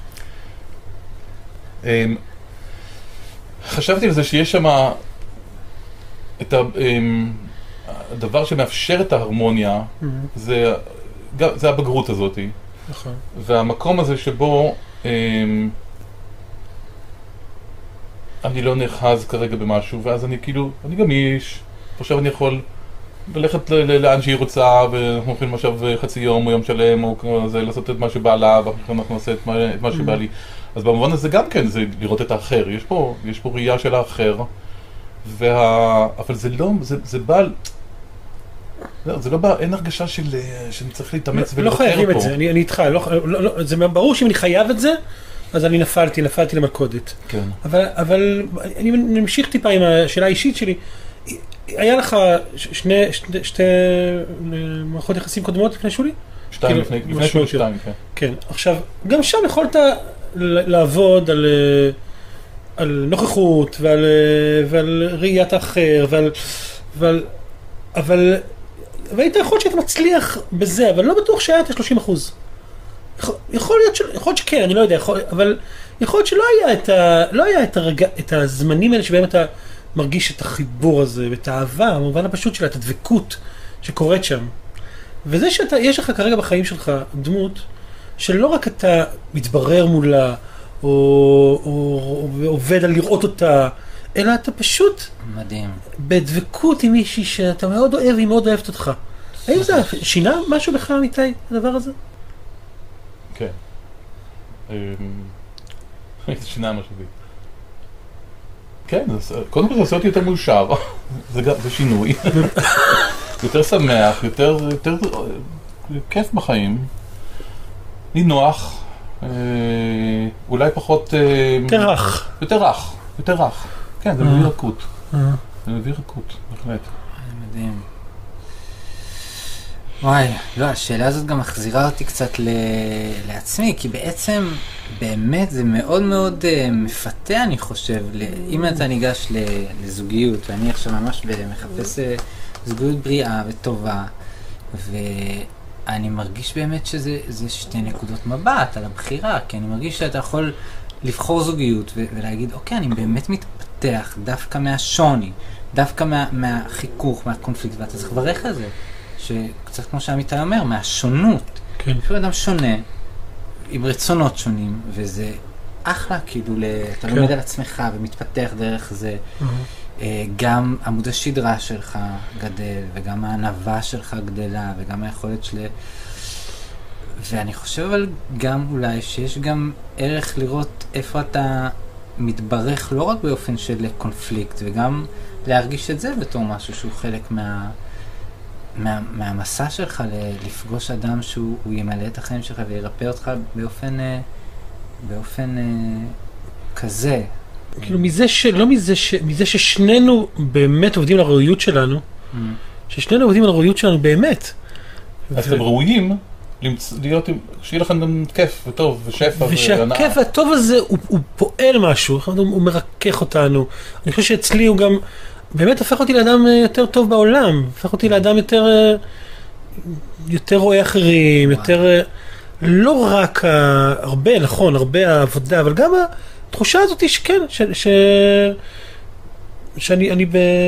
Speaker 2: חשבתי על זה שיש שם את הדבר שמאפשר את ההרמוניה, זה הבגרות הזאת. והמקום הזה שבו אני לא נאחז כרגע במשהו, ואז אני כאילו, אני גמיש, עכשיו אני יכול ללכת לאן שהיא רוצה, ואנחנו הולכים עכשיו חצי יום או יום שלם, או זה, לעשות את מה שבא לה, ואחר אנחנו נעשה את מה, את מה שבא לי. אז במובן הזה גם כן, זה לראות את האחר. יש פה, יש פה ראייה של האחר, וה... אבל זה לא, זה, זה בא... זה לא בא, אין הרגשה של, שאני צריך להתאמץ ולבקר פה. לא חייבים את זה, אני איתך, זה ברור שאם אני חייב את זה, אז אני נפלתי, נפלתי למלכודת. כן. אבל, אבל אני ממשיך טיפה עם השאלה האישית שלי. היה לך שני, שני, שתי מערכות יחסים קודמות לפני שולי? שתיים, לפני, לפני שולי שתיים, כן. כן. עכשיו, גם שם יכולת לעבוד על,
Speaker 3: על נוכחות ועל, ועל ראיית האחר ועל, ועל, אבל, והיית יכול להיות שאתה מצליח בזה, אבל לא בטוח שהיה את ה-שלושים אחוז. יכול, יכול להיות, יכול להיות שכן, אני לא יודע, יכול, אבל יכול להיות שלא היה את ה, לא היה את הרגע, את הזמנים האלה שבהם אתה מרגיש את החיבור הזה, ואת האהבה, המובן הפשוט שלה, את הדבקות שקורית שם. וזה שאתה, יש לך כרגע בחיים שלך דמות, שלא רק אתה מתברר מולה, או, או, או עובד על לראות אותה, אלא אתה פשוט...
Speaker 1: מדהים.
Speaker 3: בדבקות עם מישהי שאתה מאוד אוהב, היא מאוד אוהבת אותך. האם זה שינה משהו בכלל אמיתי, הדבר הזה?
Speaker 2: כן. זה שינה משהו בי. כן, קודם כל זה עושה אותי יותר מאושר. זה שינוי. יותר שמח, יותר כיף בחיים. נינוח. אולי פחות...
Speaker 3: יותר רך.
Speaker 2: יותר רך. יותר רך. כן, זה מביא רכות. זה מביא רכות, בהחלט.
Speaker 1: זה מדהים. וואי, לא, השאלה הזאת גם מחזירה אותי קצת ל... לעצמי, כי בעצם, באמת, זה מאוד מאוד uh, מפתה, אני חושב, ל... אם אתה ניגש ל... לזוגיות, ואני עכשיו ממש מחפש uh, זוגיות בריאה וטובה, ואני מרגיש באמת שזה זה שתי נקודות מבט על הבחירה, כי אני מרגיש שאתה יכול לבחור זוגיות ו... ולהגיד, אוקיי, אני באמת מתפתח דווקא מהשוני, דווקא מה... מהחיכוך, מהקונפליקט, ואתה צריך לברך על זה. שקצת כמו שעמיתי אומר, מהשונות. כן. אפילו אדם שונה, עם רצונות שונים, וזה אחלה, כאילו, אתה לומד על עצמך ומתפתח דרך זה. גם עמוד השדרה שלך גדל, וגם הענווה שלך גדלה, וגם היכולת של... ואני חושב אבל גם אולי שיש גם ערך לראות איפה אתה מתברך, לא רק באופן של קונפליקט, וגם להרגיש את זה בתור משהו שהוא חלק מה... מה, מהמסע שלך לפגוש אדם שהוא ימלא את החיים שלך וירפא אותך באופן, באופן כזה.
Speaker 3: כאילו מזה ש... לא מזה ש... מזה ששנינו באמת עובדים על הראויות שלנו, mm. ששנינו עובדים על הראויות שלנו באמת.
Speaker 2: אז אתם ראויים להיות, שיהיה לכם גם כיף וטוב ושפע והנאה.
Speaker 3: ושהכיף הטוב הזה הוא, הוא פועל משהו, הוא מרכך אותנו. אני חושב שאצלי הוא גם... באמת הפך אותי לאדם יותר טוב בעולם, הפך אותי לאדם יותר, יותר רואה אחרים, יותר, לא רק הרבה, נכון, הרבה העבודה, אבל גם התחושה הזאת היא שכן, ש, ש, שאני אני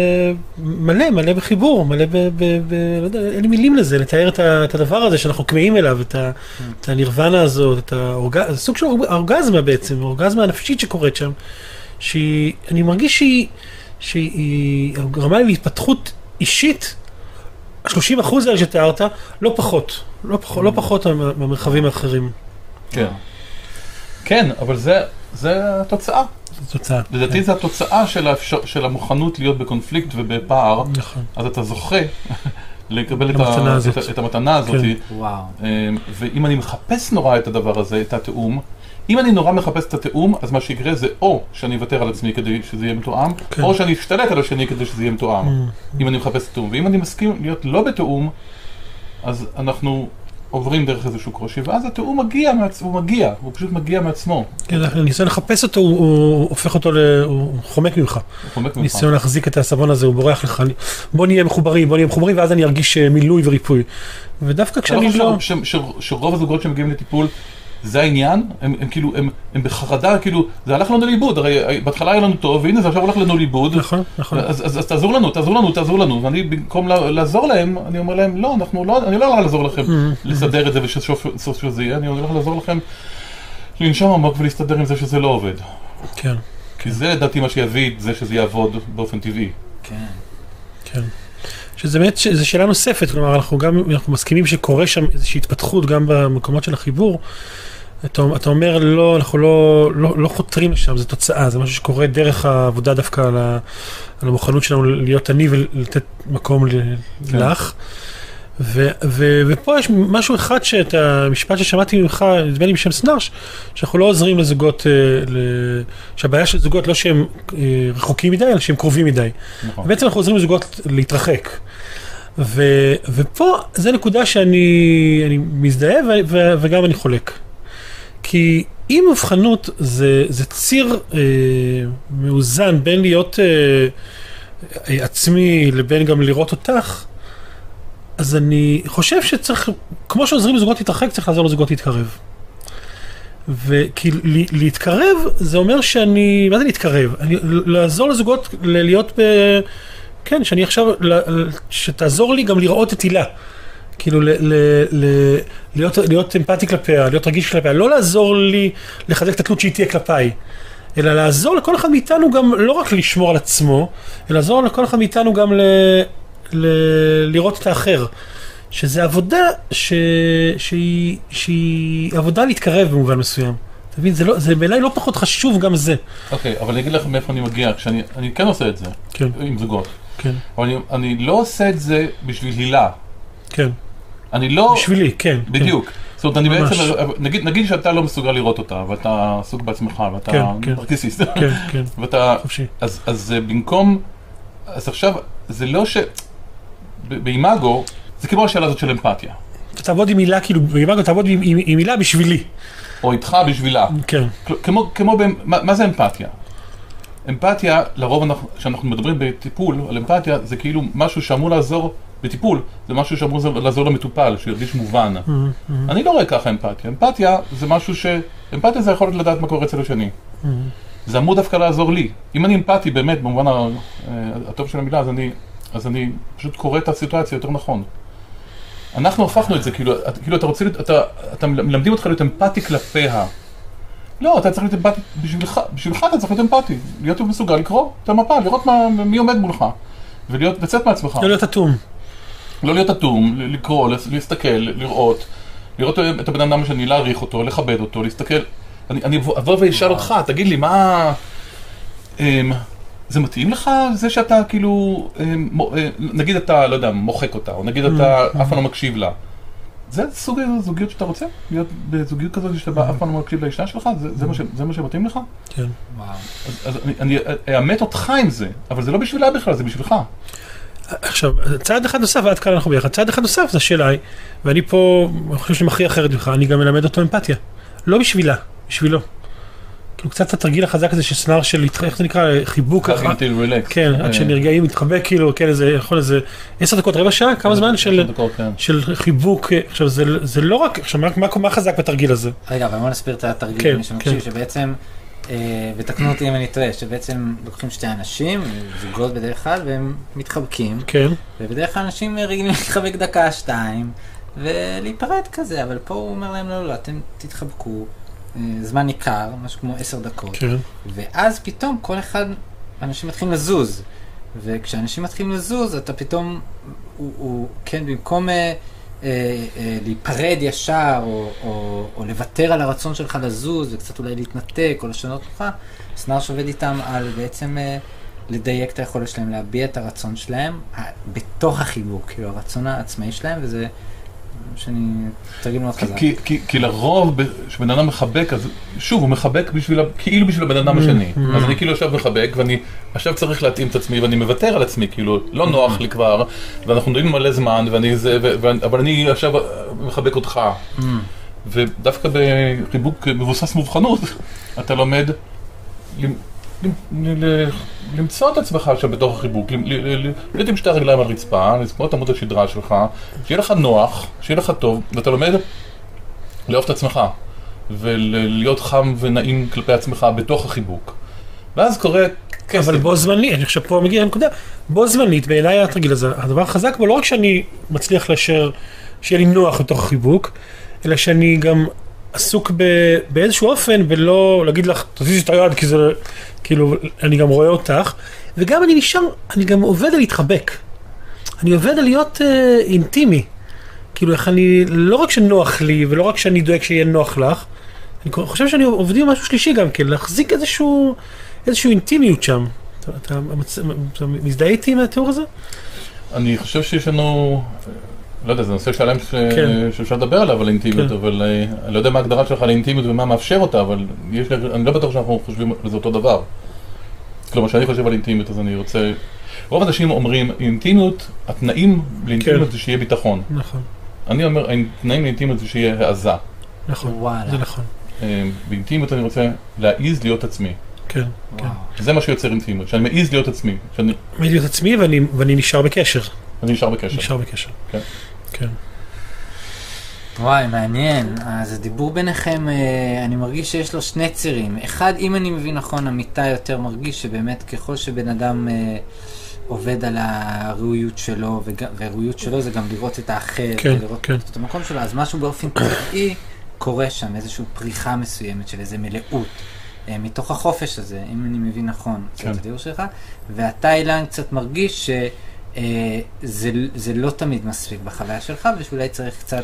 Speaker 3: מלא, מלא בחיבור, מלא ב, ב, ב, לא יודע, אין לי מילים לזה, לתאר את, ה, את הדבר הזה שאנחנו כמאים אליו, את, ה, את הנירוונה הזאת, את האורג... זה סוג של אורגזמה בעצם, אורגזמה הנפשית שקורית שם, שאני מרגיש שהיא, שהיא גרמה לי להתפתחות אישית, ה-שלושים אחוז האלה שתיארת, לא פחות, לא פחות, לא פחות מהמרחבים האחרים.
Speaker 2: כן. כן, אבל זה, זה התוצאה.
Speaker 3: זה תוצאה.
Speaker 2: לדעתי זה התוצאה של, האפשר, של המוכנות להיות בקונפליקט ובפער. נכון. אז אתה זוכה לקבל את, ה, את, את המתנה הזאת. כן.
Speaker 1: וואו.
Speaker 2: ואם אני מחפש נורא את הדבר הזה, את התאום, אם אני נורא מחפש את התאום, אז מה שיקרה זה או שאני אוותר על עצמי כדי שזה יהיה מתואם, כן. או שאני אשתלט על השני כדי שזה יהיה מתואם, mm. אם אני מחפש את התאום. ואם אני מסכים להיות לא בתאום, אז אנחנו עוברים דרך איזשהו קושי, ואז התאום מגיע, הוא מגיע, הוא פשוט מגיע מעצמו.
Speaker 3: כן, ניסיון לחפש אותו, הוא, הוא הופך אותו, ל... הוא חומק ממך.
Speaker 2: הוא חומק ממך.
Speaker 3: ניסיון להחזיק את הסבון הזה, הוא בורח לך, בוא נהיה מחוברים, בוא נהיה מחוברים, ואז אני ארגיש מילוי וריפוי. ודווקא כשאני לא...
Speaker 2: ש, ש, ש, שרוב הזוגות שמגיעים לטיפול, זה העניין, הם, הם כאילו, הם, הם בחרדה, כאילו, זה הלך לנו לאיבוד, הרי בהתחלה היה לנו טוב, והנה זה עכשיו הולך לנו לאיבוד.
Speaker 3: נכון, נכון.
Speaker 2: אז, אז, אז תעזור לנו, תעזור לנו, תעזור לנו, ואני במקום לעזור להם, אני אומר להם, לא, אנחנו לא, אני לא הולך לעזור לכם לסדר את זה ושסוף שזה יהיה, אני הולך לעזור לכם לנשום עמוק ולהסתדר עם זה שזה לא עובד.
Speaker 3: כן.
Speaker 2: כי זה לדעתי מה שיביא את זה שזה יעבוד באופן טבעי.
Speaker 1: כן.
Speaker 3: כן. שזה באמת, זו שאלה נוספת, כלומר, אנחנו גם, אנחנו מסכימים שקורה שם איזושהי התפתחות גם במקומות של החיבור. אתה, אתה אומר, לא, אנחנו לא, לא, לא חותרים לשם, זה תוצאה, זה משהו שקורה דרך העבודה דווקא על, ה, על המוכנות שלנו להיות עני ולתת מקום כן. לך. ו, ו, ופה יש משהו אחד שאת המשפט ששמעתי ממך, נדמה לי בשם סנרש, שאנחנו לא עוזרים לזוגות, ל, שהבעיה של זוגות לא שהם רחוקים מדי, אלא שהם קרובים מדי. נכון. ובעצם אנחנו עוזרים לזוגות להתרחק. ו, ופה זה נקודה שאני אני מזדהה ו, ו, וגם אני חולק. כי אם מבחנות זה, זה ציר אה, מאוזן בין להיות אה, אה, עצמי לבין גם לראות אותך, אז אני חושב שצריך, כמו שעוזרים לזוגות להתרחק, צריך לעזור לזוגות להתקרב. וכי להתקרב זה אומר שאני, מה זה להתקרב? אני, לעזור לזוגות להיות ב... כן, שאני עכשיו, שתעזור לי גם לראות את הילה. כאילו, ל, ל, ל, להיות, להיות אמפתי כלפיה, להיות רגיש כלפיה, לא לעזור לי לחזק את התלות שהיא תהיה כלפיי, אלא לעזור לכל אחד מאיתנו גם, לא רק לשמור על עצמו, אלא לעזור לכל אחד מאיתנו גם ל, ל, לראות את האחר. שזה עבודה ש, שהיא, שהיא עבודה להתקרב במובן מסוים. אתה מבין? זה, לא, זה בעיניי לא פחות חשוב גם זה.
Speaker 2: אוקיי, okay, אבל אני אגיד לך מאיפה אני מגיע, כשאני אני כן עושה את זה,
Speaker 3: כן.
Speaker 2: עם זוגות.
Speaker 3: כן.
Speaker 2: אבל אני, אני לא עושה את זה בשביל הילה.
Speaker 3: כן.
Speaker 2: אני לא...
Speaker 3: בשבילי, כן.
Speaker 2: בדיוק.
Speaker 3: כן.
Speaker 2: זאת אומרת, אני בעצם, נגיד, נגיד שאתה לא מסוגל לראות אותה, ואתה עסוק בעצמך, ואתה
Speaker 3: כן, כן.
Speaker 2: נרקיסיסט.
Speaker 3: כן, כן.
Speaker 2: ואתה...
Speaker 3: חופשי.
Speaker 2: אז, אז במקום... אז עכשיו, זה לא ש... באימאגו, זה כמו השאלה הזאת של אמפתיה.
Speaker 3: אתה תעבוד עם מילה, כאילו, באימאגו תעבוד עם, עם, עם מילה בשבילי.
Speaker 2: או איתך בשבילה.
Speaker 3: כן.
Speaker 2: כמו, כמו, מה, מה זה אמפתיה? אמפתיה, לרוב אנחנו, כשאנחנו מדברים בטיפול על אמפתיה, זה כאילו משהו שאמור לעזור בטיפול, זה משהו שאמור לעזור למטופל, שירגיש מובן.
Speaker 3: Mm-hmm.
Speaker 2: אני לא רואה ככה אמפתיה. אמפתיה זה משהו ש... אמפתיה זה יכול לדעת מה קורה אצל השני.
Speaker 3: Mm-hmm.
Speaker 2: זה אמור דווקא לעזור לי. אם אני אמפתי באמת, במובן הטוב של המילה, אז אני, אז אני פשוט קורא את הסיטואציה יותר נכון. אנחנו הפכנו את זה, כאילו, כאילו אתה רוצה, אתה, אתה מלמדים אותך להיות אמפתי כלפיה. לא, אתה צריך להיות אמפתי בשבילך, בשבילך אתה צריך להיות אמפתי. להיות מסוגל לקרוא את המפה, לראות מה, מי עומד מולך. ולהיות, לצאת מעצמך.
Speaker 3: לא להיות אטום.
Speaker 2: לא להיות אטום, לקרוא, להסתכל, לראות, לראות את הבן אדם השני, להעריך אותו, לכבד אותו, להסתכל. אני, אני אבוא וישאל אותך, תגיד לי, מה... זה מתאים לך זה שאתה כאילו, נגיד אתה, לא יודע, מוחק אותה, או נגיד אתה אף פעם לא מקשיב לה. זה סוג הזוגיות שאתה רוצה? להיות בזוגיות כזאת שאתה אף פעם לא מקשיב לאישה שלך? זה מה שמתאים לך?
Speaker 3: כן.
Speaker 2: אז אני אאמת אותך עם זה, אבל זה לא בשבילה בכלל, זה בשבילך.
Speaker 3: עכשיו, צעד אחד נוסף, ועד כאן אנחנו ביחד, צעד אחד נוסף זה השאלה היא, ואני פה, אני חושב שאני מכריע אחרת ממך, אני גם מלמד אותו אמפתיה. לא בשבילה, בשבילו. כאילו קצת התרגיל החזק הזה שסנר של, איך זה נקרא, חיבוק. כן, עד שנרגעים, מתחבק כאילו, כן, איזה, יכול איזה, עשר דקות, רבע שעה, כמה זמן של חיבוק. עכשיו, זה לא רק, עכשיו, מה חזק בתרגיל הזה?
Speaker 1: רגע, אבל בוא נסביר את התרגיל, למי שמקשיב, שבעצם, ותקנו אותי אם אני טועה, שבעצם לוקחים שתי אנשים, זוגות בדרך כלל, והם מתחבקים.
Speaker 3: כן.
Speaker 1: ובדרך כלל אנשים רגילים להתחבק דקה, שתיים, ולהיפרד כזה, אבל פה הוא אומר להם, לא, לא, אתם תתחבקו. זמן ניכר, משהו כמו עשר דקות.
Speaker 3: כן.
Speaker 1: ואז פתאום כל אחד, אנשים מתחילים לזוז. וכשאנשים מתחילים לזוז, אתה פתאום, הוא, הוא כן, במקום אה, אה, אה, להיפרד ישר, או, או, או לוותר על הרצון שלך לזוז, וקצת אולי להתנתק, או לשנות לך, סנר שעובד איתם על בעצם אה, לדייק את היכולת שלהם, להביע את הרצון שלהם, בתוך החיבוק, כאילו הרצון העצמאי שלהם, וזה... שאני תרגיל מאוד חזק.
Speaker 2: כי, כי, כי לרוב, כשבן אדם מחבק, אז שוב, הוא מחבק בשביל, כאילו בשביל הבן אדם השני. אז אני כאילו עכשיו מחבק, ואני עכשיו צריך להתאים את עצמי, ואני מוותר על עצמי, כאילו, לא נוח לי כבר, ואנחנו מדברים מלא זמן, ואני זה, ו, אבל אני עכשיו מחבק אותך. ודווקא בחיבוק מבוסס מובחנות, אתה לומד למצוא את עצמך עכשיו בתוך החיבוק, להיות עם שתי הרגליים על רצפה, לסמוך את עמוד השדרה שלך, שיהיה לך נוח, שיהיה לך טוב, ואתה לומד לאהוב את עצמך, ולהיות חם ונעים כלפי עצמך בתוך החיבוק. ואז קורה קסם.
Speaker 3: אבל בו זמנית, אני חושב פה מגיע לנקודה, בו זמנית, בעיניי התרגיל הזה, הדבר החזק בו, לא רק שאני מצליח לאשר, שיהיה לי נוח בתוך החיבוק, אלא שאני גם עסוק באיזשהו אופן, ולא להגיד לך, תזיזי את היד, כי זה, כאילו, אני גם רואה אותך, וגם אני נשאר, אני גם עובד על להתחבק. אני עובד על להיות אה, אינטימי. כאילו, איך אני, לא רק שנוח לי, ולא רק שאני דואג שיהיה נוח לך, אני חושב שאני עובד עם משהו שלישי גם כן, להחזיק איזשהו, איזשהו אינטימיות שם. אתה, אתה, אתה מזדהה איתי עם התיאור הזה?
Speaker 2: אני חושב שיש לנו... לא יודע, זה נושא שלם שאפשר לדבר עליו, על אינטימיות, אבל אני לא יודע מה ההגדרה שלך על אינטימיות ומה מאפשר אותה, אבל אני לא בטוח שאנחנו חושבים על זה אותו דבר. כלומר, שאני חושב על אינטימיות, אז אני רוצה... רוב אנשים אומרים, אינטימיות, התנאים לאינטימיות זה שיהיה ביטחון.
Speaker 3: נכון.
Speaker 2: אני אומר, התנאים לאינטימיות זה שיהיה העזה.
Speaker 3: נכון, זה נכון.
Speaker 2: באינטימיות אני רוצה להעיז להיות עצמי.
Speaker 3: כן, כן.
Speaker 2: זה מה שיוצר אינטימיות, שאני מעיז להיות עצמי.
Speaker 3: מעיז להיות עצמי ואני נשאר בקשר.
Speaker 2: אני נשאר בקשר.
Speaker 3: נשאר בקשר.
Speaker 2: כן.
Speaker 3: כן.
Speaker 1: וואי, מעניין. אז הדיבור ביניכם, אני מרגיש שיש לו שני צירים. אחד, אם אני מבין נכון, אמיתי יותר מרגיש שבאמת ככל שבן אדם עובד על הראויות שלו, והראויות שלו זה גם לראות את האחר,
Speaker 3: כן,
Speaker 1: ולראות
Speaker 3: כן.
Speaker 1: את המקום שלו, אז משהו באופן טבעי קורה שם, איזושהי פריחה מסוימת של איזו מלאות. מתוך החופש הזה, אם אני מבין נכון,
Speaker 2: כן.
Speaker 1: את הדיור שלך, ואתה אילן קצת מרגיש שזה זה לא תמיד מספיק בחוויה שלך, ושאולי צריך קצת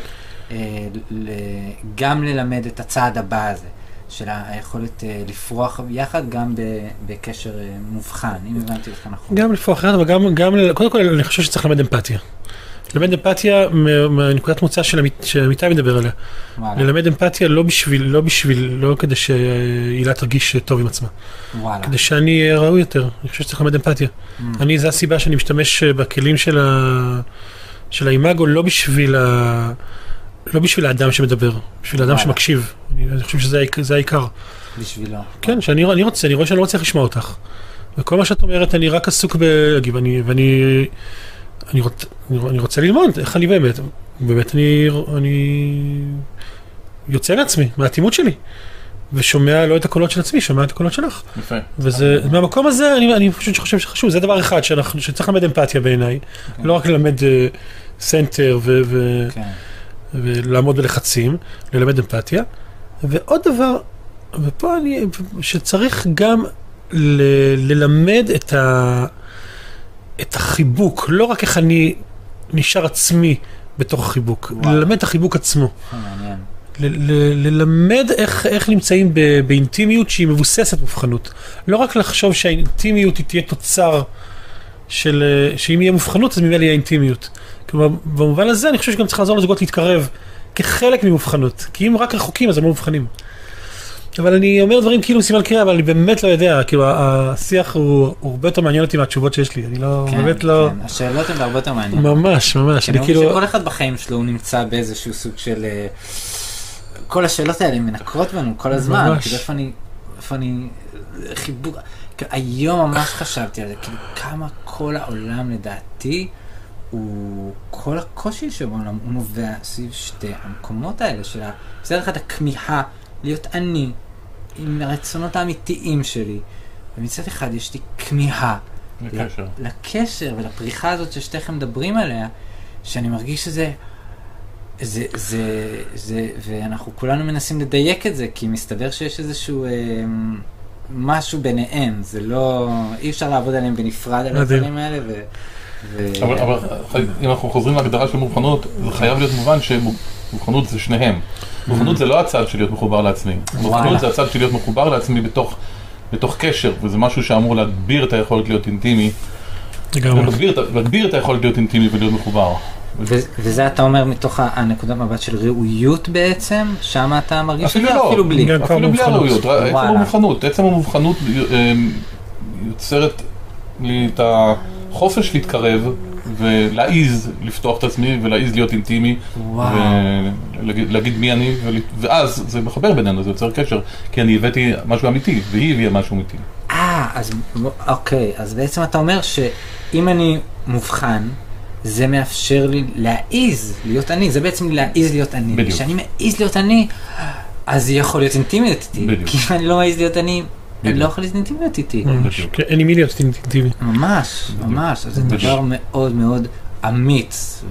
Speaker 1: גם ללמד את הצעד הבא הזה, של היכולת לפרוח יחד גם בקשר מובחן, אם הבנתי אותך נכון.
Speaker 3: גם לפרוח יחד, אבל גם, גם, קודם כל אני חושב שצריך ללמד אמפתיה. ללמד אמפתיה מנקודת מוצא של אמיתי מדבר עליה. ללמד אמפתיה לא בשביל, לא בשביל, לא כדי שהילה תרגיש טוב עם עצמה.
Speaker 1: וואלה.
Speaker 3: כדי שאני אהיה ראוי יותר. אני חושב שצריך ללמד אמפתיה. אני, זו הסיבה שאני משתמש בכלים של ה... של האימאגו, לא בשביל ה... לא בשביל האדם שמדבר, בשביל האדם שמקשיב. אני חושב שזה העיקר.
Speaker 1: בשבילו.
Speaker 3: כן, שאני אני רוצה, אני רואה שאני לא רוצה לשמוע אותך. וכל מה שאת אומרת, אני רק עסוק בלהגיב, ואני, ואני, אני, רוצ, אני רוצה ללמוד, איך אני באמת, באמת אני, אני יוצא מעצמי, מהאטימות שלי, ושומע לא את הקולות של עצמי, שומע את הקולות שלך.
Speaker 2: יפה.
Speaker 3: וזה, מהמקום הזה, אני, אני פשוט חושב שחשוב, זה דבר אחד שאנחנו, שצריך ללמד אמפתיה בעיניי, okay. לא רק ללמד uh, סנטר ו... ו okay. ולעמוד בלחצים, ללמד אמפתיה. ועוד דבר, ופה אני, שצריך גם ל- ללמד את, ה- את החיבוק, לא רק איך אני נשאר עצמי בתוך החיבוק, וואו. ללמד את החיבוק עצמו.
Speaker 1: מעניין.
Speaker 3: ל- ל- ללמד איך, איך נמצאים ב- באינטימיות שהיא מבוססת מובחנות. לא רק לחשוב שהאינטימיות היא תהיה תוצר של, שאם יהיה מובחנות אז ממילא יהיה אינטימיות. כלומר, במובן הזה אני חושב שגם צריך לעזור לזוגות להתקרב כחלק ממובחנות, כי אם רק רחוקים אז הם לא מובחנים. אבל אני אומר דברים כאילו סימן קריאה, אבל אני באמת לא יודע, כאילו השיח הוא הרבה יותר מעניין אותי מהתשובות שיש לי, אני לא,
Speaker 1: כן,
Speaker 3: באמת לא...
Speaker 1: כן, השאלות הן הרבה יותר מעניינות.
Speaker 3: ממש, ממש.
Speaker 1: אני
Speaker 3: כאילו...
Speaker 1: חושב שכל אחד בחיים שלו הוא נמצא באיזשהו סוג של... כל השאלות האלה מנקרות בנו כל הזמן,
Speaker 3: ממש.
Speaker 1: כאילו איפה אני... איפה אני... חיבור... היום ממש חשבתי על זה, כאילו כמה כל העולם לדעתי הוא... כל הקושי שבעולם הוא נובע סביב שתי המקומות האלה של ה... בסדר אחד הכמיהה להיות אני עם הרצונות האמיתיים שלי, ומצד אחד יש לי כמיהה
Speaker 2: לקשר.
Speaker 1: לקשר ולפריחה הזאת ששתיכם מדברים עליה, שאני מרגיש שזה זה, זה, זה, ואנחנו כולנו מנסים לדייק את זה, כי מסתבר שיש איזשהו אה, משהו ביניהם, זה לא, אי אפשר לעבוד עליהם בנפרד על הדברים האלה, ו... ו...
Speaker 2: אבל, אבל אם אנחנו חוזרים להגדרה של מובחנות, זה חייב להיות מובן שמובחנות זה שניהם. מובחנות זה לא הצד של להיות מחובר לעצמי. מובחנות זה הצד של להיות מחובר לעצמי בתוך, בתוך קשר, וזה משהו שאמור להגביר את היכולת להיות אינטימי. להגביר את היכולת להיות אינטימי ולהיות מחובר.
Speaker 1: וזה אתה אומר מתוך הנקודת מבט של ראויות בעצם? שם אתה מרגיש שזה אפילו בלי?
Speaker 2: אפילו בלי הראויות, עצם המובחנות. עצם המובחנות יוצרת לי את החופש להתקרב ולהעיז לפתוח את עצמי ולהעיז להיות אינטימי ולהגיד מי אני, ואז זה מחבר בינינו, זה יוצר קשר, כי אני הבאתי משהו אמיתי והיא הביאה משהו אמיתי.
Speaker 1: אה, אז אוקיי, אז בעצם אתה אומר שאם אני מובחן, זה מאפשר לי להעיז להיות אני, זה בעצם להעיז להיות אני. בדיוק. כשאני מעיז להיות אני, אז זה יכול להיות אינטימיות איתי. בדיוק. כי אם אני לא מעיז להיות אני, אני לא יכול להיות אינטימיות איתי.
Speaker 3: בדיוק. אין לי מי להיות אינטימי.
Speaker 1: ממש, ממש. אז זה דבר מאוד מאוד אמיץ.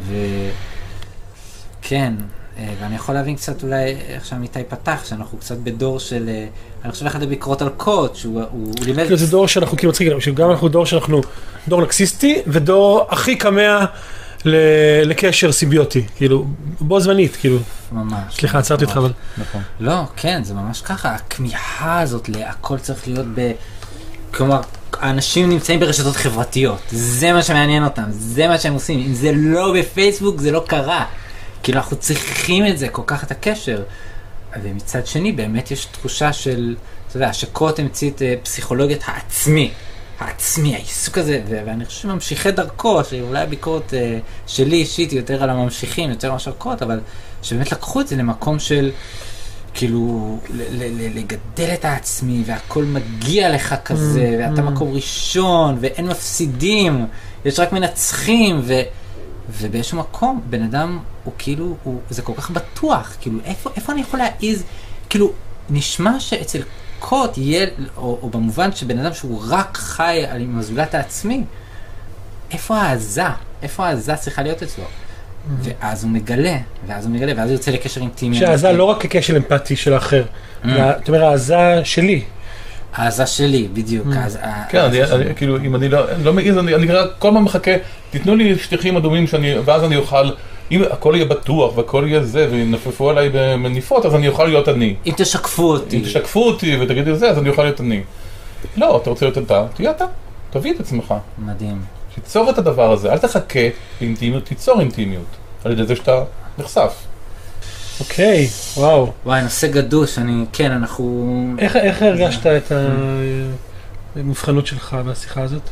Speaker 1: וכן, ואני יכול להבין קצת אולי איך שעמיתי פתח, שאנחנו קצת בדור של, אני חושב אחד הביקורות על קוד, שהוא לימד...
Speaker 3: זה דור שאנחנו כאילו מצחיק, שגם אנחנו דור שאנחנו דור נקסיסטי, ודור הכי קמע לקשר סיביוטי, כאילו, בו זמנית, כאילו.
Speaker 1: ממש.
Speaker 3: סליחה, עצרתי אותך, אבל...
Speaker 2: נכון.
Speaker 1: לא, כן, זה ממש ככה, הכמיהה הזאת, הכל צריך להיות ב... כלומר, האנשים נמצאים ברשתות חברתיות, זה מה שמעניין אותם, זה מה שהם עושים, אם זה לא בפייסבוק, זה לא קרה. כאילו אנחנו צריכים את זה, כל כך את הקשר. ומצד שני, באמת יש תחושה של, אתה יודע, שקוט המציא את פסיכולוגיית העצמי. העצמי, העיסוק הזה, ואני חושב שממשיכי דרכו, שאולי הביקורת שלי אישית יותר על הממשיכים, יותר מאשר קוט, אבל שבאמת לקחו את זה למקום של כאילו, לגדל את העצמי, והכל מגיע לך כזה, ואתה מקום ראשון, ואין מפסידים, יש רק מנצחים, ו... ובאיזשהו מקום, בן אדם הוא כאילו, הוא, זה כל כך בטוח, כאילו, איפה, איפה אני יכול להעיז, כאילו, נשמע שאצל קוט יהיה, או, או במובן שבן אדם שהוא רק חי עם הזולת העצמי, איפה העזה? איפה העזה צריכה להיות אצלו? ואז הוא מגלה, ואז הוא מגלה, ואז הוא יוצא לקשר אינטימי.
Speaker 3: שהעזה לא רק כקשר אמפתי של האחר, זאת אומרת, העזה שלי.
Speaker 1: העזה שלי, בדיוק.
Speaker 2: כן, כאילו, אם אני לא מעיז, אני כל מה מחכה, תיתנו לי שטיחים אדומים, ואז אני אוכל, אם הכל יהיה בטוח, והכל יהיה זה, ונפפו עליי במניפות, אז אני אוכל להיות אני.
Speaker 1: אם תשקפו אותי.
Speaker 2: אם תשקפו אותי ותגידי זה, אז אני אוכל להיות אני. לא, אתה רוצה להיות אתה, תהיה אתה, תביא את עצמך.
Speaker 1: מדהים.
Speaker 2: תיצור את הדבר הזה, אל תחכה לאינטימיות, תיצור אינטימיות, על ידי זה שאתה נחשף.
Speaker 3: אוקיי, וואו.
Speaker 1: וואי, נושא גדוש, אני, כן, אנחנו...
Speaker 3: איך, איך הרגשת את המובחנות שלך בשיחה הזאת?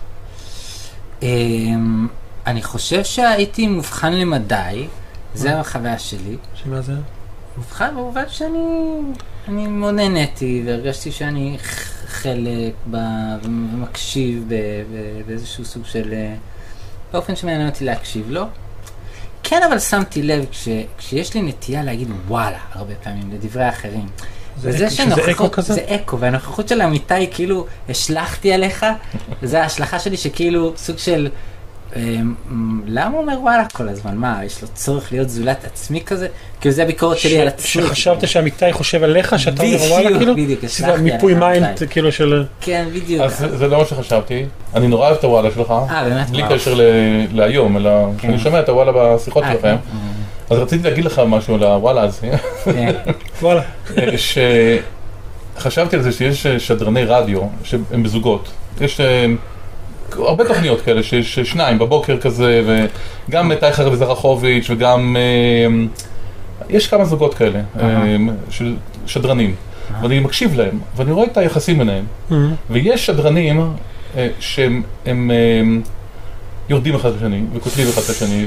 Speaker 1: אני חושב שהייתי מובחן למדי, זה החוויה שלי.
Speaker 3: שמה זה?
Speaker 1: מובחן במובן שאני אני מאוד נהניתי, והרגשתי שאני חלק ומקשיב באיזשהו סוג של... באופן שמעניין אותי להקשיב לו. כן, אבל שמתי לב, כש, כשיש לי נטייה להגיד וואלה, הרבה פעמים, לדברי האחרים.
Speaker 3: זה, אק, שזה אקו כזה?
Speaker 1: זה אקו, והנוכחות של אמיתי, כאילו, השלחתי עליך, וזה ההשלכה שלי שכאילו, סוג של, למה הוא אומר וואלה כל הזמן? מה, יש לו צורך להיות זולת עצמי כזה? כאילו זה הביקורת שלי על עצמי.
Speaker 3: שחשבת שאמיתי חושב עליך, שאתה אומר וואלה כאילו?
Speaker 1: בדיוק,
Speaker 3: שזה מיפוי מיינד כאילו של...
Speaker 1: כן, בדיוק.
Speaker 2: אז זה לא מה שחשבתי. אני נורא אוהב את הוואלה שלך.
Speaker 1: אה, באמת?
Speaker 2: בלי קשר להיום, אלא אני שומע את הוואלה בשיחות שלכם. אז רציתי להגיד לך משהו על הוואלה הזה.
Speaker 3: וואלה.
Speaker 2: שחשבתי על זה שיש שדרני רדיו שהם בזוגות. יש... הרבה תוכניות כאלה, שיש שניים בבוקר כזה, וגם טייכר וזרחוביץ' וגם, יש כמה זוגות כאלה, של שדרנים, ואני מקשיב להם, ואני רואה את היחסים ביניהם, ויש שדרנים שהם יורדים אחד לשני, וכותבים אחד לשני,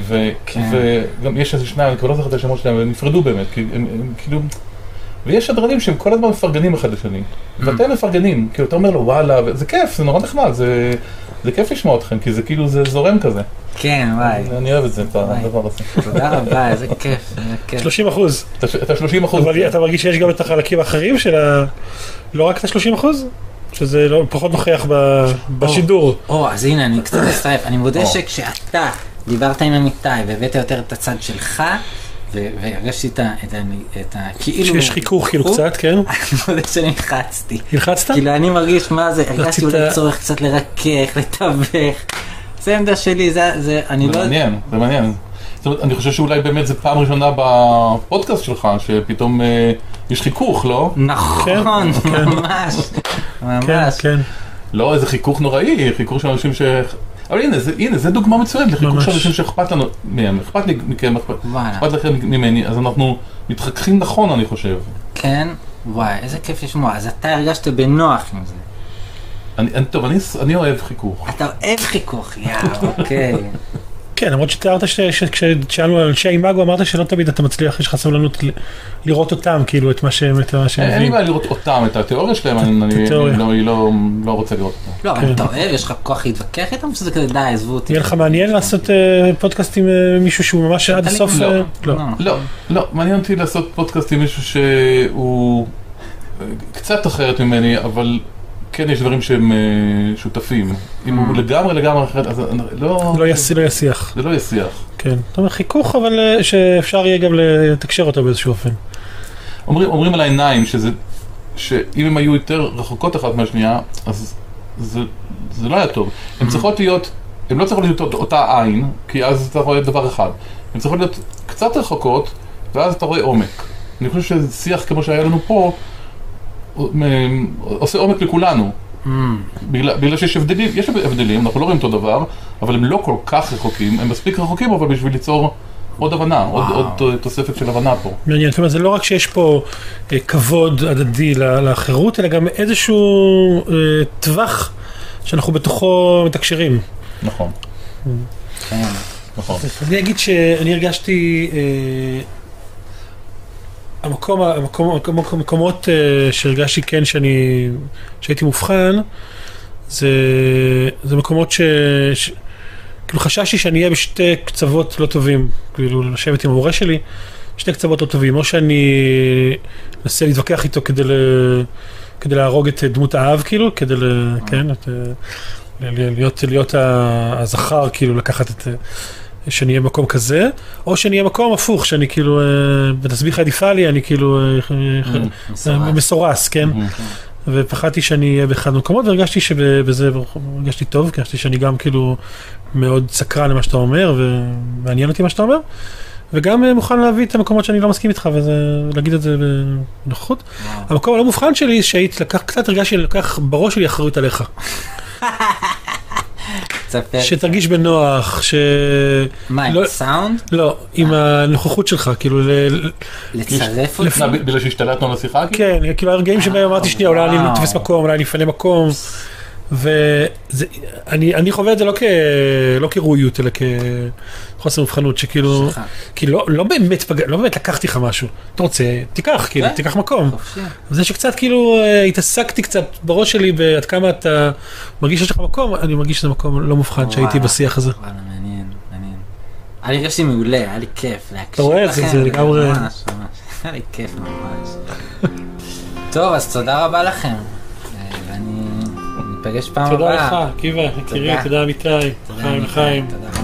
Speaker 2: וגם יש איזה שניים, אני כבר לא זוכר את השמות שלהם, והם נפרדו באמת, כי הם כאילו... ויש שדרנים שהם כל הזמן מפרגנים אחד לשני, ואתם מפרגנים, כאילו אתה אומר לו וואלה, זה כיף, זה נורא נחמד, זה... זה כיף לשמוע אתכם, כי זה כאילו, זה זורם כזה.
Speaker 1: כן, וואי.
Speaker 2: אני אוהב את זה, את הדבר הזה.
Speaker 1: תודה רבה, איזה כיף.
Speaker 3: שלושים אחוז.
Speaker 2: את ה-שלושים אחוז.
Speaker 3: אבל אתה מרגיש שיש גם את החלקים האחרים של ה... לא רק את ה-שלושים אחוז? שזה פחות נוכח בשידור.
Speaker 1: או, אז הנה, אני קצת אסטרף. אני מודה שכשאתה דיברת עם אמיתי והבאת יותר את הצד שלך, והרגשתי את ה... כאילו...
Speaker 3: שיש חיכוך כאילו קצת, כן?
Speaker 1: אני מודה שנלחצתי.
Speaker 3: נלחצת?
Speaker 1: כאילו אני מרגיש מה זה, הרגשתי אולי צורך קצת לרכך, לתווך. זה עמדה שלי, זה... אני לא...
Speaker 2: זה מעניין, זה מעניין. זאת אומרת, אני חושב שאולי באמת זה פעם ראשונה בפודקאסט שלך, שפתאום יש חיכוך, לא?
Speaker 1: נכון, ממש. ממש.
Speaker 3: כן, כן.
Speaker 2: לא, איזה חיכוך נוראי, חיכוך של אנשים ש... אבל הנה, זה, הנה, זה דוגמה מצוינת לחיכוך של אנשים שאכפת לנו מהם, אכפת לי מכם, אכפת לכם ממני, אז אנחנו מתחככים נכון, אני חושב.
Speaker 1: כן? וואי, איזה כיף לשמוע, אז אתה הרגשת בנוח עם זה.
Speaker 2: אני, טוב, אני, אני אוהב חיכוך.
Speaker 1: אתה אוהב חיכוך, יאו, אוקיי.
Speaker 3: כן, למרות שתיארת שכששאלנו על אנשי אימאגו, אמרת שלא תמיד אתה מצליח, יש לך סבלנות לראות אותם, כאילו, את מה שהם מביאים.
Speaker 2: אין לי בעיה לראות אותם, את התיאוריה שלהם, אני לא רוצה לראות אותם.
Speaker 1: לא, אבל אתה אוהב, יש לך כוח להתווכח איתם, שזה כזה די, עזבו אותי.
Speaker 3: יהיה לך מעניין לעשות פודקאסט עם מישהו שהוא ממש עד הסוף?
Speaker 2: לא, לא, לא, מעניין אותי לעשות פודקאסט עם מישהו שהוא קצת אחרת ממני, אבל... כן, יש דברים שהם שותפים. אם הוא לגמרי לגמרי אחרת, אז לא...
Speaker 3: לא יסיח.
Speaker 2: זה לא יסיח.
Speaker 3: כן. זאת אומרת, חיכוך, אבל שאפשר יהיה גם לתקשר אותו באיזשהו אופן.
Speaker 2: אומרים על העיניים שזה, שאם הם היו יותר רחוקות אחת מהשנייה, אז זה לא היה טוב. הן צריכות להיות, הן לא צריכות להיות אותה עין, כי אז אתה רואה דבר אחד. הן צריכות להיות קצת רחוקות, ואז אתה רואה עומק. אני חושב ששיח כמו שהיה לנו פה, עושה עומק לכולנו, בגלל שיש הבדלים, יש הבדלים, אנחנו לא רואים אותו דבר, אבל הם לא כל כך רחוקים, הם מספיק רחוקים, אבל בשביל ליצור עוד הבנה, עוד תוספת של הבנה פה.
Speaker 3: מעניין, זאת אומרת, זה לא רק שיש פה כבוד הדדי לאחרות, אלא גם איזשהו טווח שאנחנו בתוכו מתקשרים.
Speaker 2: נכון.
Speaker 3: נכון. אני אגיד שאני הרגשתי... המקום, המקום, המקומות שהרגשתי כן שאני, שהייתי מובחן, זה, זה מקומות ש, ש, כאילו חששתי שאני אהיה בשתי קצוות לא טובים, כאילו לשבת עם המורה שלי, שתי קצוות לא טובים, או שאני אנסה להתווכח איתו כדי, ל, כדי להרוג את דמות האב, כאילו, כדי ל, כן, את, להיות, להיות הזכר, כאילו, לקחת את, שאני אהיה במקום כזה, או שאני אהיה במקום הפוך, שאני כאילו, בתסביך עדיפה לי, אני כאילו, מסורס, כן? ופחדתי שאני אהיה באחד המקומות, והרגשתי שבזה, הרגשתי טוב, הרגשתי שאני גם כאילו מאוד סקרן למה שאתה אומר, ומעניין אותי מה שאתה אומר, וגם מוכן להביא את המקומות שאני לא מסכים איתך, ולהגיד את זה בנוכחות. המקום הלא מובחן שלי, שהיית לקח, קצת הרגשתי, לקח בראש שלי אחריות עליך. שתרגיש בנוח, ש...
Speaker 1: מה, עם סאונד?
Speaker 3: לא, עם הנוכחות שלך, כאילו...
Speaker 1: לצרף אותי?
Speaker 2: בגלל שהשתלטנו לשיחה?
Speaker 3: כן, כאילו הרגעים שבהם אמרתי שנייה, אולי אני מתפס מקום, אולי אני אפנה מקום, ואני חווה את זה לא כראויות, אלא כחוסר מבחנות, שכאילו... כאילו לא באמת לקחתי לך משהו, אתה רוצה, תיקח, כאילו, תיקח מקום. זה שקצת כאילו התעסקתי קצת בראש שלי, עד כמה אתה מרגיש שיש לך מקום, אני מרגיש שזה מקום לא מובחן שהייתי בשיח הזה.
Speaker 1: וואלה, מעניין, מעניין. אני הרגשתי מעולה, היה לי כיף להקשיב לכם.
Speaker 3: אתה רואה את זה, זה לגמרי...
Speaker 1: ממש, ממש. היה לי כיף ממש. טוב, אז תודה רבה לכם. ואני ניפגש פעם הבאה.
Speaker 3: תודה לך, קיבה, יקירי, תודה אמיתי. חיים, חיים.